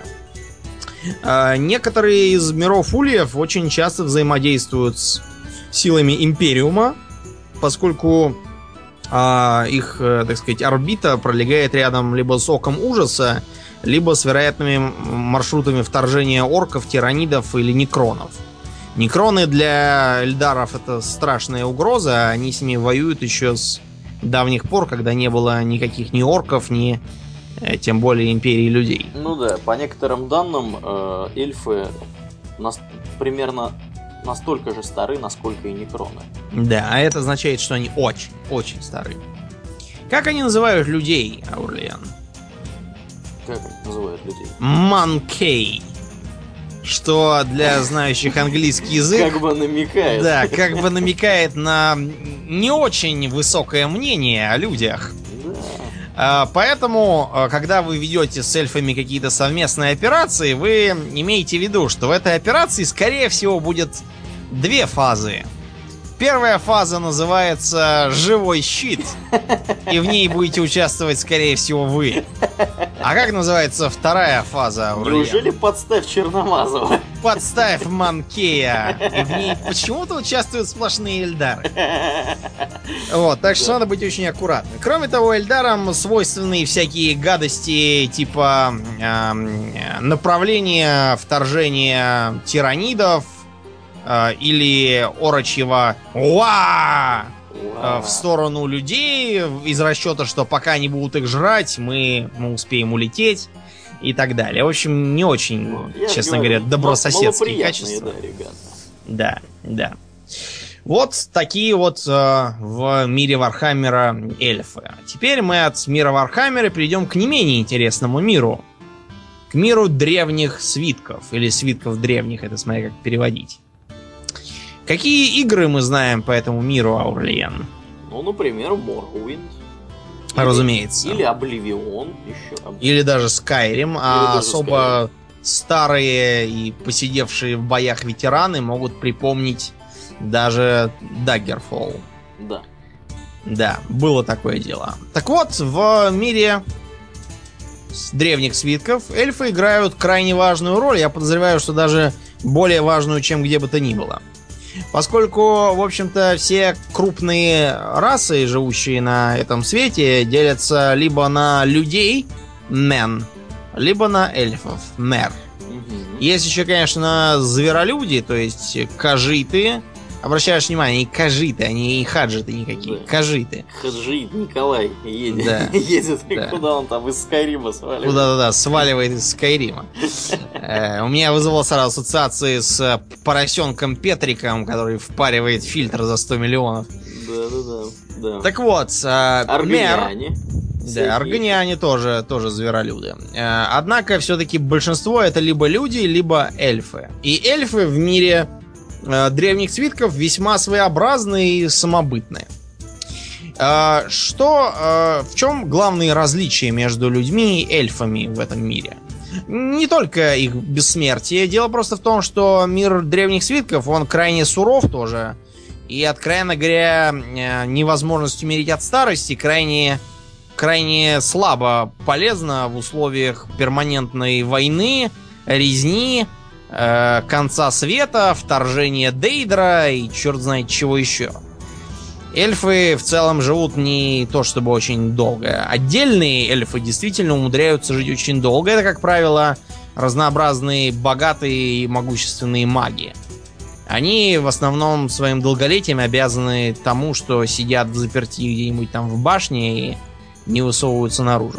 А некоторые из миров ульев очень часто взаимодействуют с силами Империума, поскольку а, их, так сказать, орбита пролегает рядом либо с Оком Ужаса, либо с вероятными маршрутами вторжения орков, тиранидов или некронов. Некроны для эльдаров это страшная угроза, они с ними воюют еще с давних пор, когда не было никаких ни орков, ни тем более империи людей. Ну да, по некоторым данным, э, эльфы нас, примерно настолько же стары, насколько и некроны. Да, а это означает, что они очень, очень стары. Как они называют людей, Аурлиан? Как называют людей? Манкей. Что для знающих английский язык... Как бы намекает. Да, как бы намекает на не очень высокое мнение о людях. А, Поэтому, а, когда вы ведете с эльфами какие-то совместные операции, вы имеете в виду, что в этой операции, скорее всего, будет две фазы. Первая фаза называется «Живой щит», и в ней будете участвовать, скорее всего, вы. А как называется вторая фаза, Аурельян? Неужели подставь Черномазова? Подставь Манкея. И в ней почему-то участвуют сплошные эльдары. Вот, так что надо быть очень аккуратным. Кроме того, эльдарам свойственны всякие гадости типа э, направления вторжения тиранидов э, или орочьего «Уа!» э, в сторону людей из расчета, что пока они будут их жрать, мы, мы успеем улететь. И так далее. В общем, не очень, ну, честно говоря, добрососедские качества. Да, ребята. Да, да. Вот такие вот э, в мире Вархаммера эльфы. Теперь мы от мира Вархаммера перейдем к не менее интересному миру. К миру древних свитков. Или свитков древних, это смотря как переводить. Какие игры мы знаем по этому миру, Аурельян? Ну, например, Morrowind. Или, разумеется. Или Обливион еще. Или даже Skyrim. А даже особо Skyrim. Старые и посидевшие в боях ветераны могут припомнить даже Daggerfall. Да. Да, было такое дело. Так вот, в мире древних свитков эльфы играют крайне важную роль. Я подозреваю, что даже более важную, чем где бы то ни было. Поскольку, в общем-то, все крупные расы, живущие на этом свете, делятся либо на людей, men, либо на эльфов, mer. Угу. Есть еще, конечно, зверолюди, то есть кажиты. Обращаешь внимание, не кажиты, они и хаджиты никакие, да. Кажиты. Хаджит Николай едет, да. едет да. Куда он там, из Скайрима сваливает? Куда-да-да, сваливает из Скайрима. У меня вызвало сразу ассоциации с поросенком Петриком, который впаривает фильтр за сто миллионов. Да-да-да. Так вот, Аргониане. Да, аргониане тоже, тоже зверолюды. Однако, все-таки большинство это либо люди, либо эльфы. И эльфы в мире древних свитков весьма своеобразные и самобытные. Что, в чем главные различия между людьми и эльфами в этом мире? Не только их бессмертие. Дело просто в том, что мир древних свитков, он крайне суров тоже. И, откровенно говоря, невозможность умереть от старости крайне, крайне слабо полезна в условиях перманентной войны, резни, конца света, вторжения Дейдра и черт знает чего еще. Эльфы в целом живут не то чтобы очень долго. Отдельные эльфы действительно умудряются жить очень долго. Это, как правило, разнообразные, богатые и могущественные маги. Они в основном своим долголетием обязаны тому, что сидят в заперти где-нибудь там в башне и не высовываются наружу.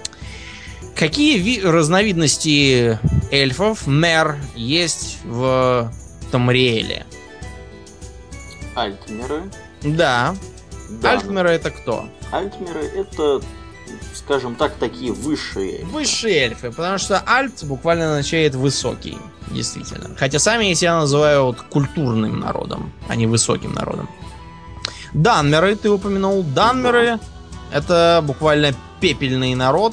Какие ви- разновидности эльфов, мер, есть в Тамриэле? Альтмеры. Да. да. Альтмеры это кто? Альтмеры это, скажем так, такие высшие эльфы. Высшие эльфы, потому что альт буквально означает высокий, действительно. Хотя сами я себя называю вот культурным народом, а не высоким народом. Данмеры, ты упомянул. Данмеры это буквально пепельный народ.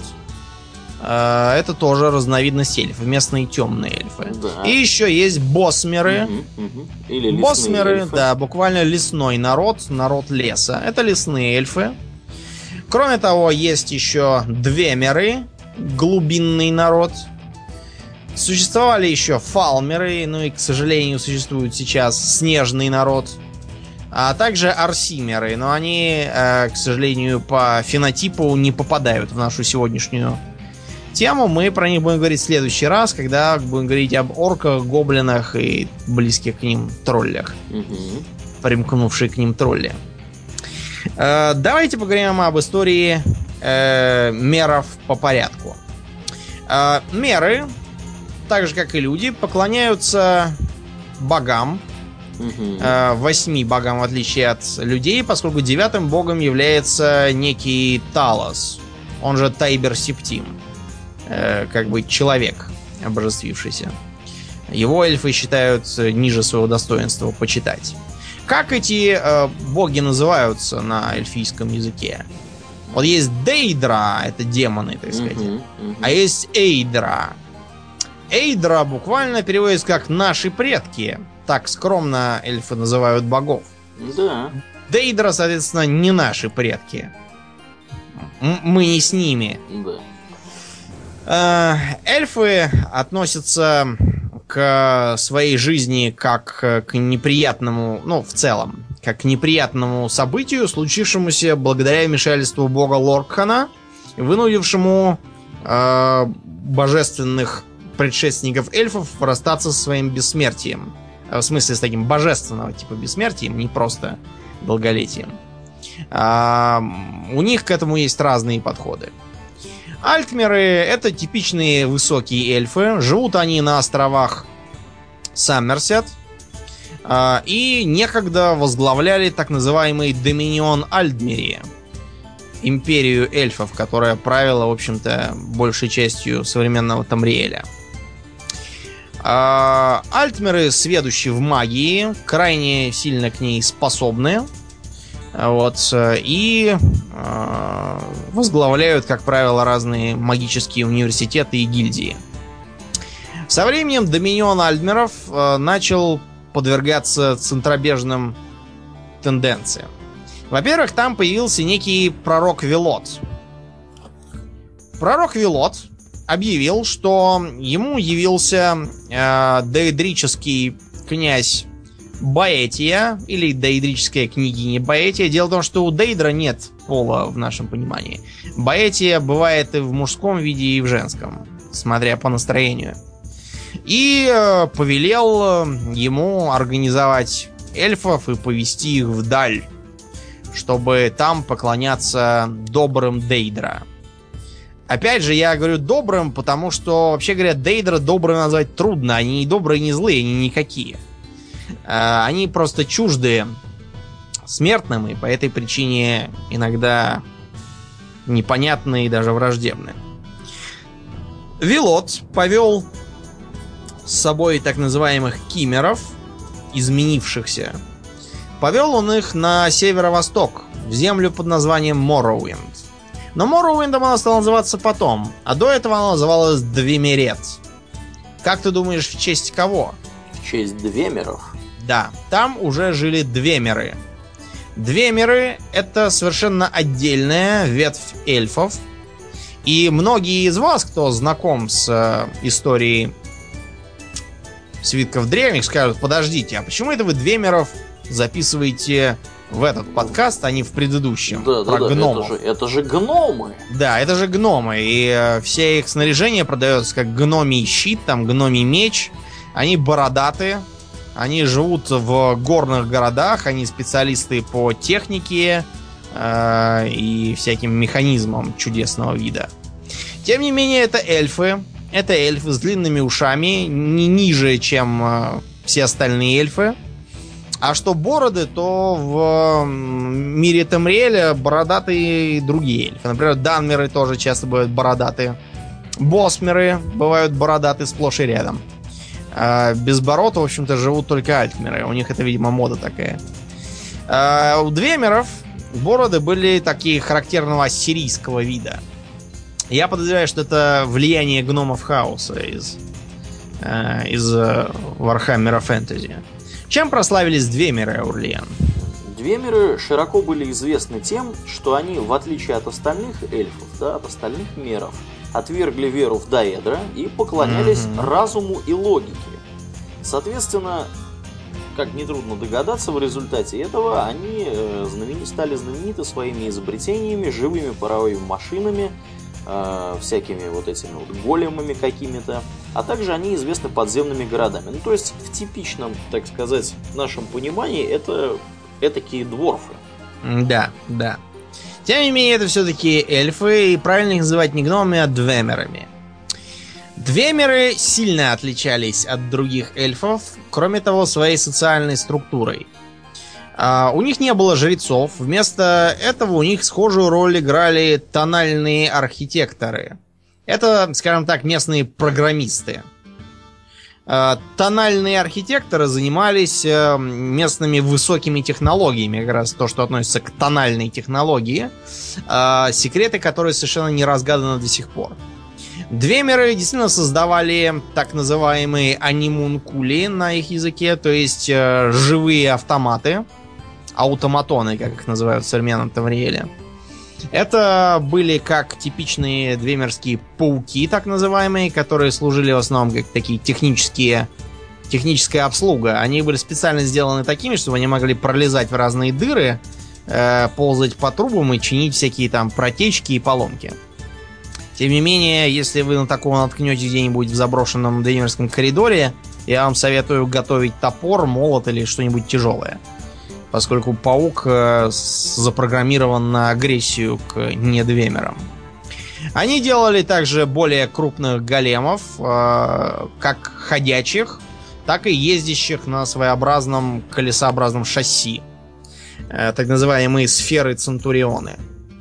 Это тоже разновидность эльфов, местные темные эльфы. Да. И еще есть босмеры. Угу, угу. Или лесные босмеры, эльфы. Да, буквально лесной народ, народ леса. Это лесные эльфы. Кроме того, есть еще двемеры, глубинный народ. Существовали еще фалмеры, ну и, к сожалению, существует сейчас снежный народ. А также арсимеры, но они, к сожалению, по фенотипу не попадают в нашу сегодняшнюю тему. Мы про них будем говорить в следующий раз, когда будем говорить об орках, гоблинах и близких к ним троллях. Угу. Примкнувшие к ним тролли. Э, давайте поговорим об истории э, меров по порядку. Э, меры, так же как и люди, поклоняются богам. Угу. Э, восьми богам, в отличие от людей, поскольку девятым богом является некий Талос, он же Тайбер Септим. Как бы человек, обожествившийся. Его эльфы считают ниже своего достоинства почитать. Как эти э, боги называются на эльфийском языке? Вот есть Дейдра, это демоны, так сказать. Uh-huh, uh-huh. А есть Эйдра. Эйдра буквально переводится как «наши предки». Так скромно эльфы называют богов. Да. Дейдра, соответственно, не наши предки. М- мы не с ними. Да. Эльфы относятся к своей жизни как к неприятному, ну, в целом, как к неприятному событию, случившемуся благодаря вмешательству бога Лоркхана, вынудившему э, божественных предшественников эльфов расстаться со своим бессмертием. В смысле, с таким божественного типа бессмертием, не просто долголетием. А, у них к этому есть разные подходы. Альтмеры — это типичные высокие эльфы. Живут они на островах Саммерсет. А, и некогда возглавляли так называемый Доминион Альдмери. Империю эльфов, которая правила, в общем-то, большей частью современного Тамриэля. А, альтмеры сведущи в магии, крайне сильно к ней способны. Вот, и э, возглавляют, как правило, разные магические университеты и гильдии. Со временем доминион альтмеров э, начал подвергаться центробежным тенденциям. Во-первых, там появился некий пророк Велот. Пророк Велот объявил, что ему явился э, деидрический князь Баэтия, или деидрическая княгиня Баэтия. Дело в том, что у Дейдра нет пола в нашем понимании. Баэтия бывает и в мужском виде, и в женском, смотря по настроению. И э, повелел ему организовать эльфов и повести их вдаль, чтобы там поклоняться добрым Дейдра. Опять же, я говорю добрым, потому что, вообще говоря, Дейдра добрым назвать трудно. Они не добрые, не злые, они никакие. Они просто чужды смертным, и по этой причине иногда непонятны и даже враждебны. Велот повел с собой так называемых кимеров, изменившихся. Повел он их на северо-восток, в землю под названием Моровинд. Но Моровиндом она стала называться потом, а до этого она называлась Двемерет. Как ты думаешь, в честь кого? В честь Двемеров? Да, там уже жили Двемеры. Двемеры — это совершенно отдельная ветвь эльфов. И многие из вас, кто знаком с э, историей свитков древних, скажут: подождите, а почему это вы Двемеров записываете в этот подкаст, а не в предыдущем? Да, про да, да, гномов. это же, это же гномы. Да, это же гномы. И э, все их снаряжение продается как гномий щит, там гномий меч. Они бородаты. Они живут в горных городах, они специалисты по технике э, и всяким механизмам чудесного вида. Тем не менее, это эльфы. Это эльфы с длинными ушами, не ниже, чем э, все остальные эльфы. А что бороды, то в мире Тамриэля бородатые другие эльфы. Например, данмеры тоже часто бывают бородатые. Босмеры бывают бородатые сплошь и рядом. А без бород, в общем-то, живут только альтмеры. У них это, видимо, мода такая. А у двемеров бороды были такие характерного ассирийского вида. Я подозреваю, что это влияние гномов хаоса из, э, из Вархаммера фэнтези. Чем прославились двемеры, Аурлиан? Двемеры широко были известны тем, что они, в отличие от остальных эльфов, да, от остальных меров, отвергли веру в Даэдра и поклонялись mm-hmm. разуму и логике. Соответственно, как нетрудно догадаться, в результате этого они э, знамени... стали знамениты своими изобретениями, живыми паровыми машинами, э, всякими вот этими вот големами какими-то, а также они известны подземными городами. Ну, то есть, в типичном, так сказать, нашем понимании, это этакие дворфы. Да, да. Тем не менее, это все-таки эльфы, и правильно их называть не гномами, а двемерами. Двемеры сильно отличались от других эльфов, кроме того, своей социальной структурой. А, у них не было жрецов, вместо этого у них схожую роль играли тональные архитекторы. Это, скажем так, местные программисты. Э, тональные архитекторы занимались э, местными высокими технологиями, как раз то, что относится к тональной технологии, э, секреты, которые совершенно не разгаданы до сих пор. Двемеры действительно создавали так называемые анимункули на их языке, то есть э, живые автоматы, аутоматоны, как их называют в современном Тамриэле. Это были как типичные двемерские пауки, так называемые, которые служили в основном как такие технические, техническая обслуга. Они были специально сделаны такими, чтобы они могли пролезать в разные дыры, э, ползать по трубам и чинить всякие там протечки и поломки. Тем не менее, если вы на такого наткнетесь где-нибудь в заброшенном двемерском коридоре, я вам советую готовить топор, молот или что-нибудь тяжелое. Поскольку паук э, запрограммирован на агрессию к недвемерам. Они делали также более крупных големов, э, как ходячих, так и ездящих на своеобразном колесообразном шасси. Э, так называемые сферы-центурионы.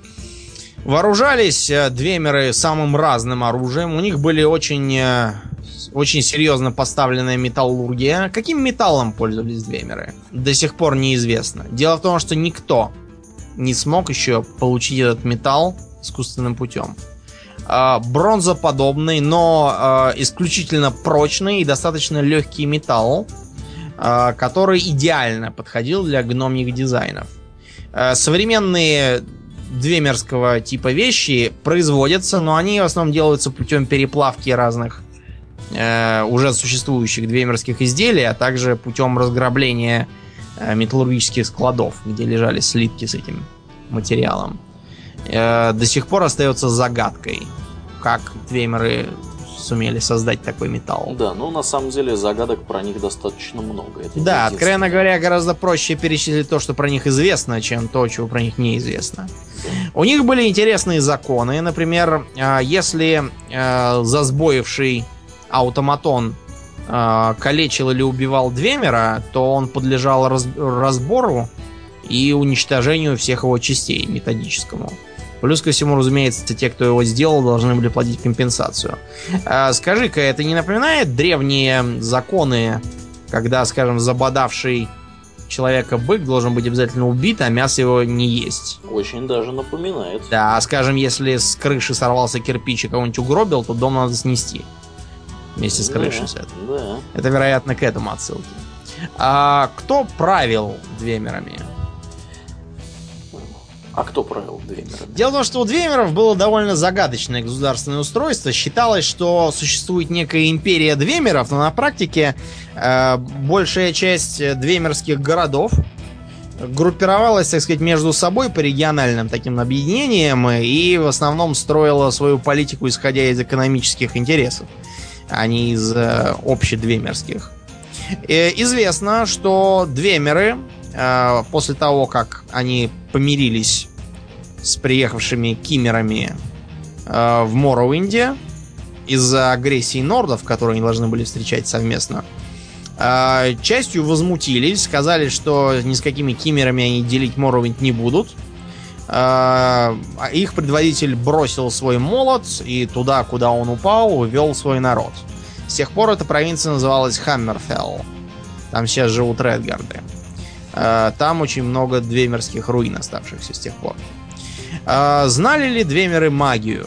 Вооружались э, двемеры самым разным оружием. У них были очень, э, очень серьезно поставленная металлургия. Каким металлом пользовались двемеры? До сих пор неизвестно. Дело в том, что никто не смог еще получить этот металл искусственным путем. Э, бронзоподобный, но э, исключительно прочный и достаточно легкий металл, э, который идеально подходил для гномьих дизайнов. Э, современные двемерского типа вещи производятся, но они в основном делаются путем переплавки разных э, уже существующих двемерских изделий, а также путем разграбления э, металлургических складов, где лежали слитки с этим материалом. Э, до сих пор остается загадкой, как двемеры сумели создать такой металл. Да, ну на самом деле загадок про них достаточно много. Это да, откровенно говоря, гораздо проще перечислить то, что про них известно, чем то, чего про них неизвестно. У них были интересные законы. Например, если засбоивший автоматон калечил или убивал двемера, то он подлежал разбору и уничтожению всех его частей методическому. Плюс ко всему, разумеется, те, кто его сделал, должны были платить компенсацию. Скажи-ка, это не напоминает древние законы, когда, скажем, забодавший человека бык должен быть обязательно убит, а мясо его не есть? Очень даже напоминает. Да, а скажем, если с крыши сорвался кирпич и кого-нибудь угробил, то дом надо снести вместе с крышей. Да, да. Это, вероятно, к этому отсылки. А кто правил двемерами? А кто правил двемерами? Дело в том, что у двемеров было довольно загадочное государственное устройство. Считалось, что существует некая империя двемеров, но на практике э, большая часть двемерских городов группировалась, так сказать, между собой по региональным таким объединениям и в основном строила свою политику, исходя из экономических интересов, а не из э, общедвемерских. Э, известно, что двемеры после того, как они помирились с приехавшими кимерами э, в Моровинде из-за агрессии нордов, которые они должны были встречать совместно, э, частью возмутились, сказали, что ни с какими кимерами они делить Моровинд не будут. Э, их предводитель бросил свой молот и туда, куда он упал, увел свой народ. С тех пор эта провинция называлась Хаммерфелл. Там сейчас живут Редгарды. Там очень много двемерских руин, оставшихся с тех пор. Знали ли двемеры магию?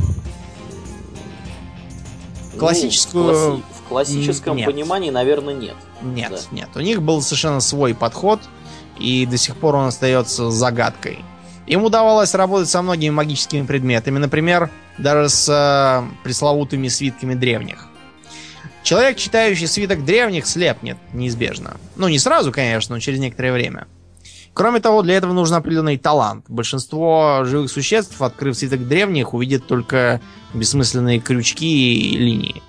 Классическую... Ну, в, класси... в классическом нет. понимании, наверное, нет. Нет, да. нет. У них был совершенно свой подход, и до сих пор он остается загадкой. Им удавалось работать со многими магическими предметами, например, даже с э, пресловутыми свитками древних. Человек, читающий свиток древних, слепнет неизбежно. Ну, не сразу, конечно, но через некоторое время. Кроме того, для этого нужен определенный талант. Большинство живых существ, открыв свиток древних, увидят только бессмысленные крючки и линии.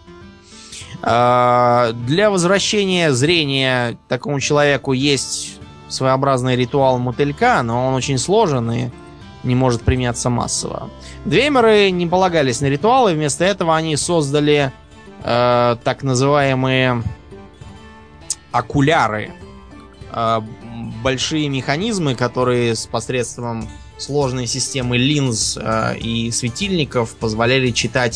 Для возвращения зрения такому человеку есть своеобразный ритуал мотылька, но он очень сложен и не может применяться массово. Двемеры не полагались на ритуалы, вместо этого они создали Э, так называемые окуляры. Э, большие механизмы, которые с посредством сложной системы линз э, и светильников позволяли читать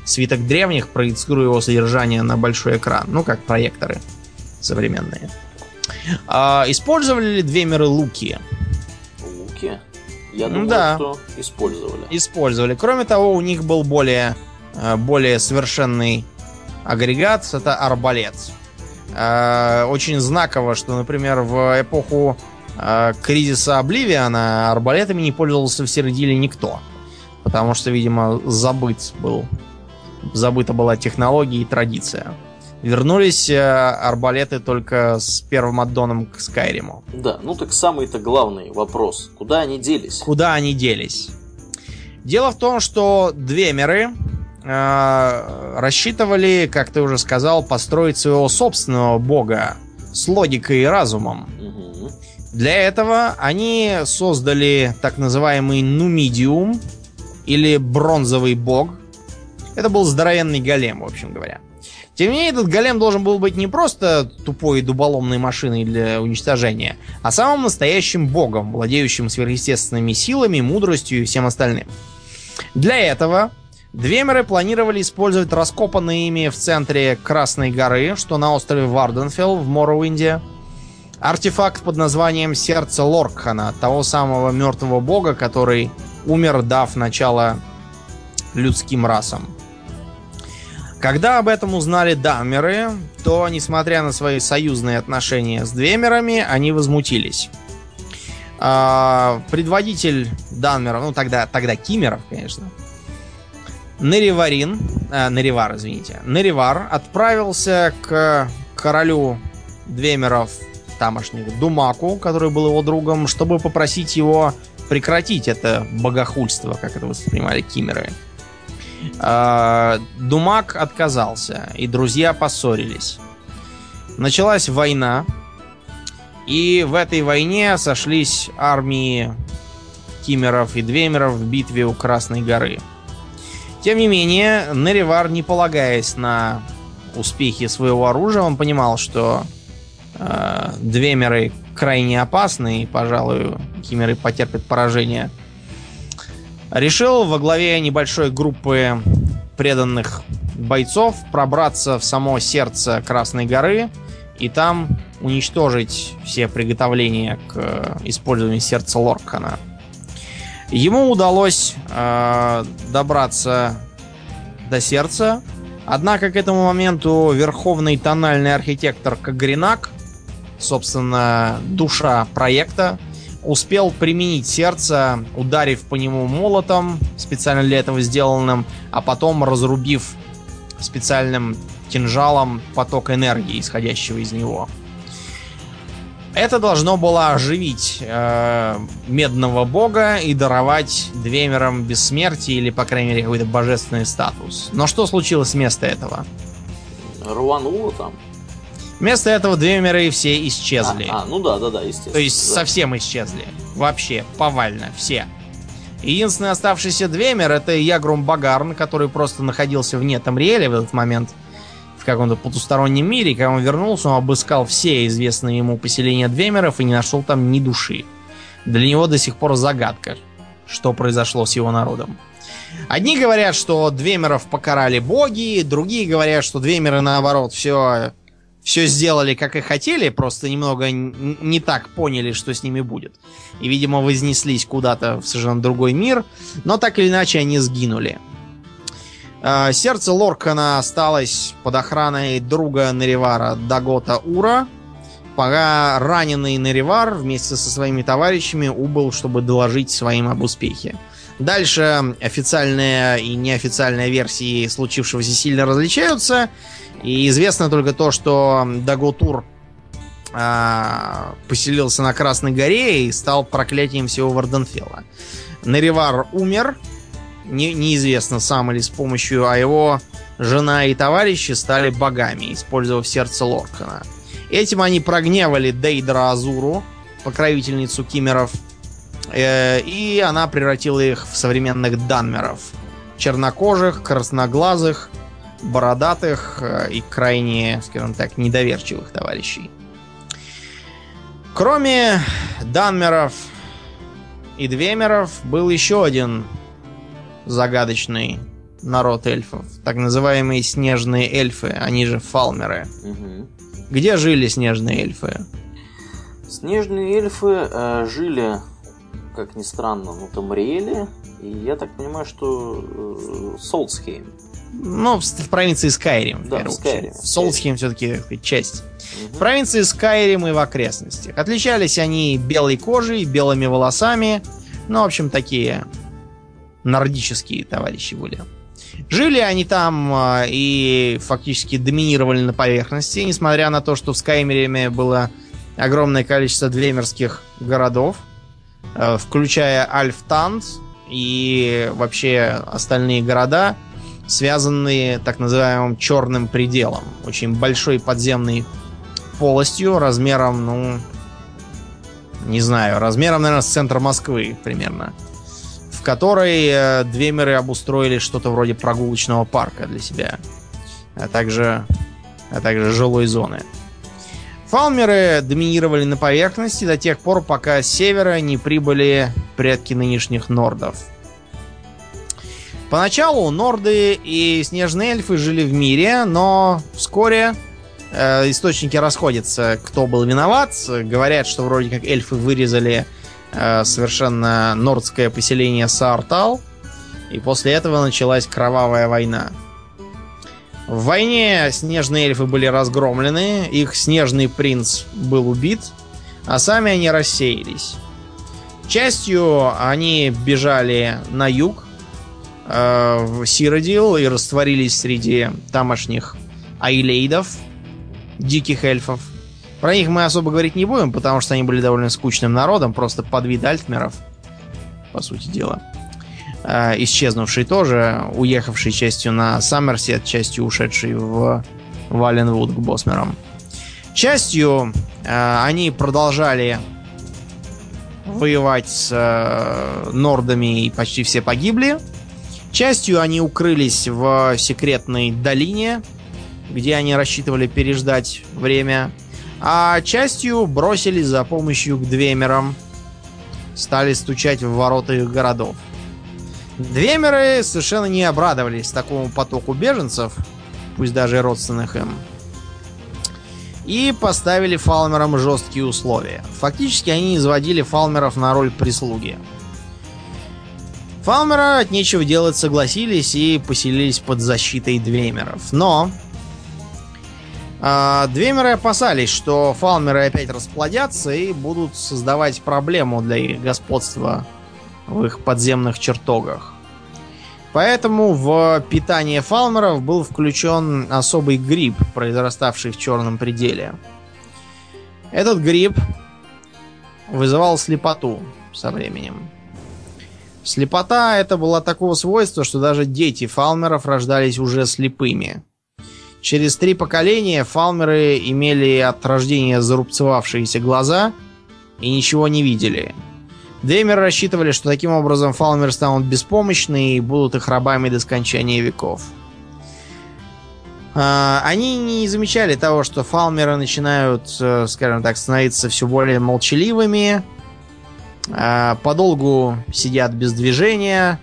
свиток древних, проецируя его содержание на большой экран. Ну, как проекторы современные. А, использовали ли Двемеры луки? Луки? Я думаю, да. что использовали. Использовали. Кроме того, у них был более, более совершенный агрегат. Это арбалет. Очень знаково, что, например, в эпоху кризиса Обливиона арбалетами не пользовался в Сирдиле никто. Потому что, видимо, забыт был, забыта была технология и традиция. Вернулись арбалеты только с первым аддоном к Скайриму. Да, ну так самый-то главный вопрос. Куда они делись? Куда они делись? Дело в том, что Двемеры э, рассчитывали, как ты уже сказал, построить своего собственного бога с логикой и разумом. Угу. Для этого они создали так называемый Нумидиум, или бронзовый бог. Это был здоровенный голем, в общем говоря. Тем не менее, этот голем должен был быть не просто тупой дуболомной машиной для уничтожения, а самым настоящим богом, владеющим сверхъестественными силами, мудростью и всем остальным. Для этого Двемеры планировали использовать раскопанные ими в центре Красной горы, что на острове Варденфелл в Моровинде, артефакт под названием Сердце Лоркхана, того самого мертвого бога, который умер, дав начало людским расам. Когда об этом узнали Данмеры, то, несмотря на свои союзные отношения с Двемерами, они возмутились. А, предводитель Данмеров, ну тогда, тогда Кимеров, конечно, Нериварин, а, Неривар, извините, Неривар отправился к королю Двемеров тамошних Думаку, который был его другом, чтобы попросить его прекратить это богохульство, как это воспринимали Кимеры. Думак отказался, и друзья поссорились. Началась война, и в этой войне сошлись армии Кимеров и Двемеров в битве у Красной горы. Тем не менее, Неривар, не полагаясь на успехи своего оружия, он понимал, что э, Двемеры крайне опасны, и, пожалуй, Кимеры потерпят поражение. Решил во главе небольшой группы преданных бойцов пробраться в само сердце Красной горы и там уничтожить все приготовления к использованию сердца Лоркхана. Ему удалось э, добраться до сердца, однако к этому моменту верховный тональный архитектор Кагринак, собственно, душа проекта, успел применить сердце, ударив по нему молотом, специально для этого сделанным, а потом разрубив специальным кинжалом поток энергии, исходящего из него. Это должно было оживить э, медного бога и даровать Двемерам бессмертие или, по крайней мере, какой-то божественный статус. Но что случилось вместо этого? Рвануло там. Вместо этого Двемеры все исчезли. А, а, ну да, да, да, естественно. То есть да. совсем исчезли. Вообще, повально, все. Единственный оставшийся Двемер — это Ягрум Багарн, который просто находился вне Тамриэля в этот момент, в каком-то потустороннем мире. Когда он вернулся, он обыскал все известные ему поселения Двемеров и не нашел там ни души. Для него до сих пор загадка, что произошло с его народом. Одни говорят, что Двемеров покарали боги, другие говорят, что Двемеры, наоборот, все... Все сделали, как и хотели, просто немного не так поняли, что с ними будет. И, видимо, вознеслись куда-то в совершенно другой мир, но так или иначе они сгинули. Сердце Лоркхана осталось под охраной друга Неривара Дагота Ура, пока раненый Неривар вместе со своими товарищами убыл, чтобы доложить своим об успехе. Дальше официальная и неофициальная версии случившегося сильно различаются. И известно только то, что Даготур а, поселился на Красной горе и стал проклятием всего Варденфелла. Неривар умер, не, неизвестно сам или с помощью, а его жена и товарищи стали богами, использовав сердце Лоркхана. Этим они прогневали Дейдра Азуру, покровительницу Кимеров, э, и она превратила их в современных Данмеров. Чернокожих, красноглазых, бородатых и крайне, скажем так, недоверчивых товарищей. Кроме Данмеров и Двемеров был еще один загадочный народ эльфов, так называемые снежные эльфы, они же фалмеры. Угу. Где жили снежные эльфы? Снежные эльфы э, жили, как ни странно, на Тамриэле, и я так понимаю, что э, Солсхейм. Ну, в, в провинции Скайрим. Да, в Скайрим. Солсхейм все-таки часть. Угу. В провинции Скайрим и в окрестностях. Отличались они белой кожей, белыми волосами. Ну, в общем, такие нордические товарищи были. Жили они там э, и фактически доминировали на поверхности, несмотря на то, что в Скайриме было огромное количество двемерских городов, э, включая Альфтанд и вообще остальные города, связанные так называемым черным пределом. Очень большой подземной полостью, размером, ну, не знаю, размером, наверное, с центра Москвы примерно, в которой э, двемеры обустроили что-то вроде прогулочного парка для себя, а также, а также жилой зоны. Фалмеры доминировали на поверхности до тех пор, пока с севера не прибыли предки нынешних нордов. Поначалу норды и снежные эльфы жили в мире, но вскоре э, источники расходятся, кто был виноват. Говорят, что вроде как эльфы вырезали э, совершенно нордское поселение Саартал, и после этого началась кровавая война. В войне снежные эльфы были разгромлены, их снежный принц был убит, а сами они рассеялись. Частью они бежали на юг, э, в Сиродил, и растворились среди тамошних айлейдов, диких эльфов. Про них мы особо говорить не будем, потому что они были довольно скучным народом, просто подвид альтмеров, по сути дела. Э, исчезнувший тоже, уехавший частью на Саммерсет, частью ушедший в Валенвуд к Босмерам. Частью э, они продолжали воевать с э, нордами, и почти все погибли. Частью они укрылись в секретной долине, где они рассчитывали переждать время. А частью бросились за помощью к двемерам, стали стучать в ворота их городов. Двемеры совершенно не обрадовались такому потоку беженцев, пусть даже и родственных им, и поставили фалмерам жесткие условия. Фактически они изводили фалмеров на роль прислуги. Фалмеры от нечего делать согласились и поселились под защитой двемеров. Но э, двемеры опасались, что фалмеры опять расплодятся и будут создавать проблему для их господства в их подземных чертогах. Поэтому в питание фалмеров был включен особый гриб, произраставший в черном пределе. Этот гриб вызывал слепоту со временем. Слепота это была такого свойства, что даже дети фалмеров рождались уже слепыми. Через три поколения фалмеры имели от рождения зарубцевавшиеся глаза и ничего не видели. Двемеры рассчитывали, что таким образом фалмеры станут беспомощны и будут их рабами до скончания веков. Они не замечали того, что фалмеры начинают, скажем так, становиться все более молчаливыми, подолгу сидят без движения,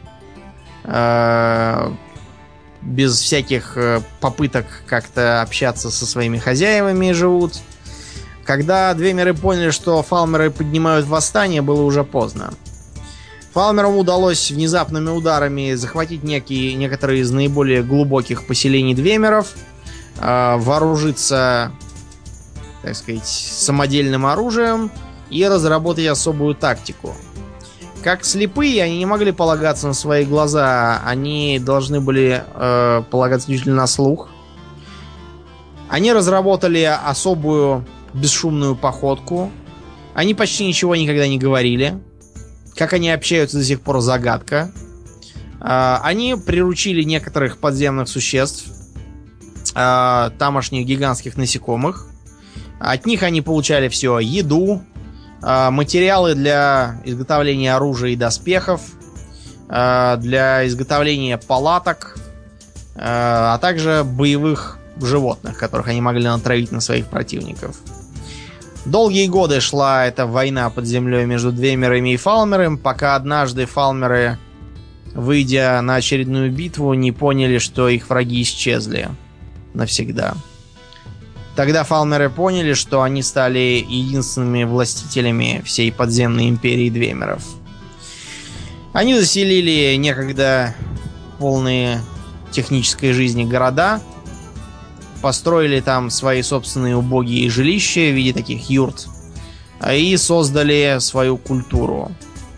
без всяких попыток как-то общаться со своими хозяевами живут. Когда двемеры поняли, что фалмеры поднимают восстание, было уже поздно. Фалмерам удалось внезапными ударами захватить некие, некоторые из наиболее глубоких поселений двемеров, э, вооружиться, так сказать, самодельным оружием и разработать особую тактику. Как слепые, они не могли полагаться на свои глаза, они должны были э, полагаться исключительно на слух. Они разработали особую бесшумную походку. Они почти ничего никогда не говорили. Как они общаются, до сих пор загадка. Они приручили некоторых подземных существ, тамошних гигантских насекомых. От них они получали все: еду, материалы для изготовления оружия и доспехов, для изготовления палаток, а также боевых животных, которых они могли натравить на своих противников. Долгие годы шла эта война под землей между двемерами и фалмерами, пока однажды фалмеры выйдя на очередную битву, не поняли, что их враги исчезли навсегда. Тогда фалмеры поняли, что они стали единственными властителями всей подземной империи Двемеров. Они заселили некогда полные технической жизни города, построили там свои собственные убогие жилища в виде таких юрт и создали свою культуру.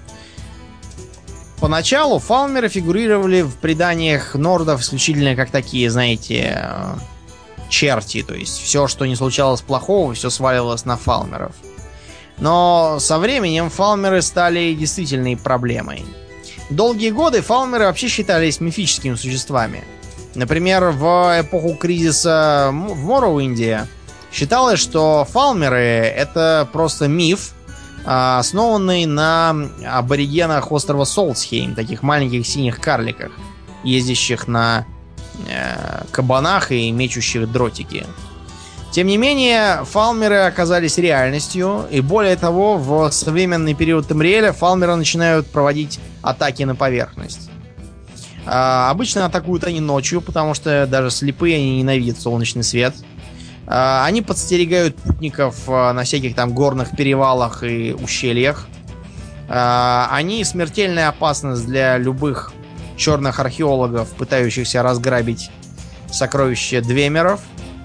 Поначалу фалмеры фигурировали в преданиях нордов исключительно как такие, знаете, черти. То есть все, что не случалось плохого, все сваливалось на фалмеров. Но со временем фалмеры стали действительной проблемой. Долгие годы фалмеры вообще считались мифическими существами. Например, в эпоху кризиса в Моровинде считалось, что фалмеры — это просто миф, основанный на аборигенах острова Солсхейм, таких маленьких синих карликах, ездящих на э, кабанах и мечущих дротики. Тем не менее, фалмеры оказались реальностью, и более того, в современный период Тамриэля фалмеры начинают проводить атаки на поверхность. А, обычно атакуют они ночью, потому что даже слепые они ненавидят солнечный свет. А, они подстерегают путников а, на всяких там горных перевалах и ущельях. А, они смертельная опасность для любых черных археологов, пытающихся разграбить сокровища Двемеров.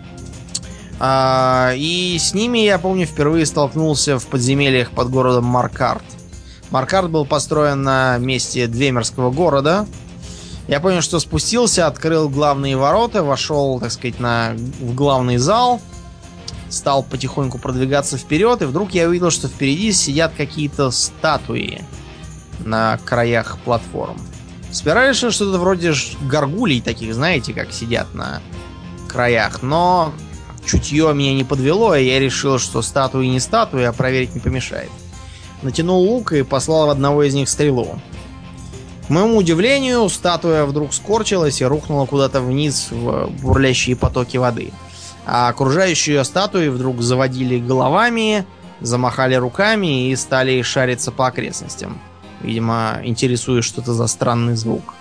А, и с ними, я помню, впервые столкнулся в подземельях под городом Маркарт. Маркарт был построен на месте Двемерского города. Я понял, что спустился, открыл главные ворота, вошел, так сказать, на, в главный зал, стал потихоньку продвигаться вперед, и вдруг я увидел, что впереди сидят какие-то статуи на краях платформ. Сперва решил, что это вроде горгулей таких, знаете, как сидят на краях, но чутье меня не подвело, и я решил, что статуи не статуи, а проверить не помешает. Натянул лук и послал в одного из них стрелу. К моему удивлению, статуя вдруг скорчилась и рухнула куда-то вниз в бурлящие потоки воды. А окружающие ее статуи вдруг заводили головами, замахали руками и стали шариться по окрестностям. Видимо, интересуясь, что это за странный звук.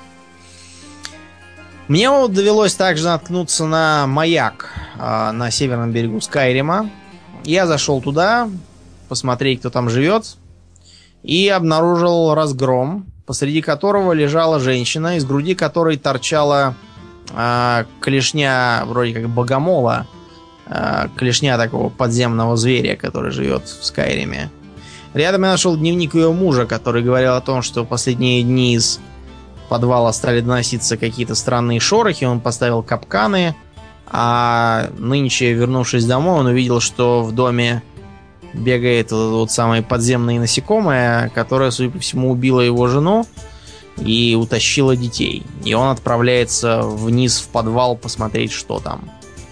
Мне вот довелось также наткнуться на маяк э, на северном берегу Скайрима. Я зашел туда, посмотреть, кто там живет, и обнаружил разгром, посреди которого лежала женщина, из груди которой торчала э, клешня вроде как богомола, э, клешня такого подземного зверя, который живет в Скайриме. Рядом я нашел дневник ее мужа, который говорил о том, что в последние дни из подвала стали доноситься какие-то странные шорохи, он поставил капканы, а нынче, вернувшись домой, он увидел, что в доме бегает вот, вот самое подземное насекомое, которое, судя по всему, убило его жену и утащило детей. И он отправляется вниз в подвал посмотреть, что там.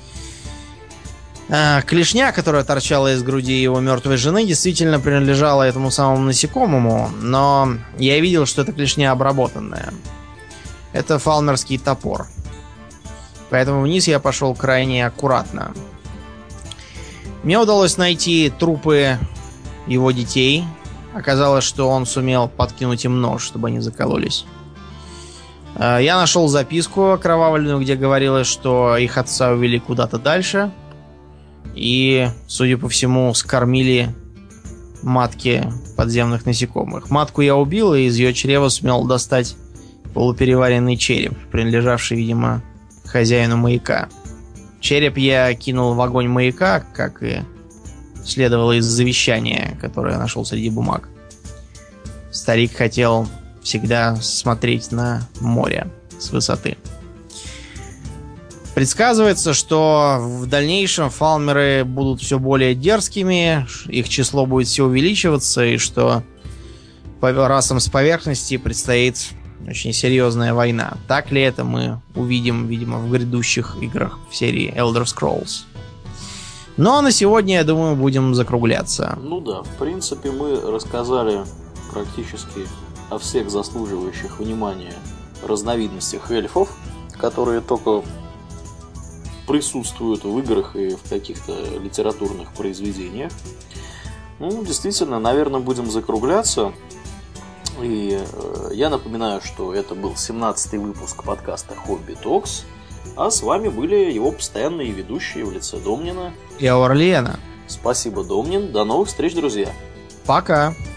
А, клешня, которая торчала из груди его мертвой жены, действительно принадлежала этому самому насекомому, но я видел, что эта клешня обработанная. Это фалмерский топор. Поэтому вниз я пошел крайне аккуратно. Мне удалось найти трупы его детей. Оказалось, что он сумел подкинуть им нож, чтобы они закололись. Я нашел записку окровавленную, где говорилось, что их отца увели куда-то дальше. И, судя по всему, скормили матки подземных насекомых. Матку я убил, и из ее чрева сумел достать полупереваренный череп, принадлежавший, видимо, хозяину маяка. Череп я кинул в огонь маяка, как и следовало из завещания, которое я нашел среди бумаг. Старик хотел всегда смотреть на море с высоты. Предсказывается, что в дальнейшем фалмеры будут все более дерзкими, их число будет все увеличиваться, и что расам с поверхности предстоит очень серьезная война. Так ли это, мы увидим, видимо, в грядущих играх в серии Elder Scrolls. Но на сегодня, я думаю, будем закругляться. Ну да, в принципе, мы рассказали практически о всех заслуживающих внимания разновидностях эльфов, которые только присутствуют в играх и в каких-то литературных произведениях. Ну, действительно, наверное, будем закругляться. И э, я напоминаю, что это был семнадцатый выпуск подкаста Хобби Токс. А с вами были его постоянные ведущие в лице Домнина и Аурлиена. Спасибо, Домнин. До новых встреч, друзья. Пока.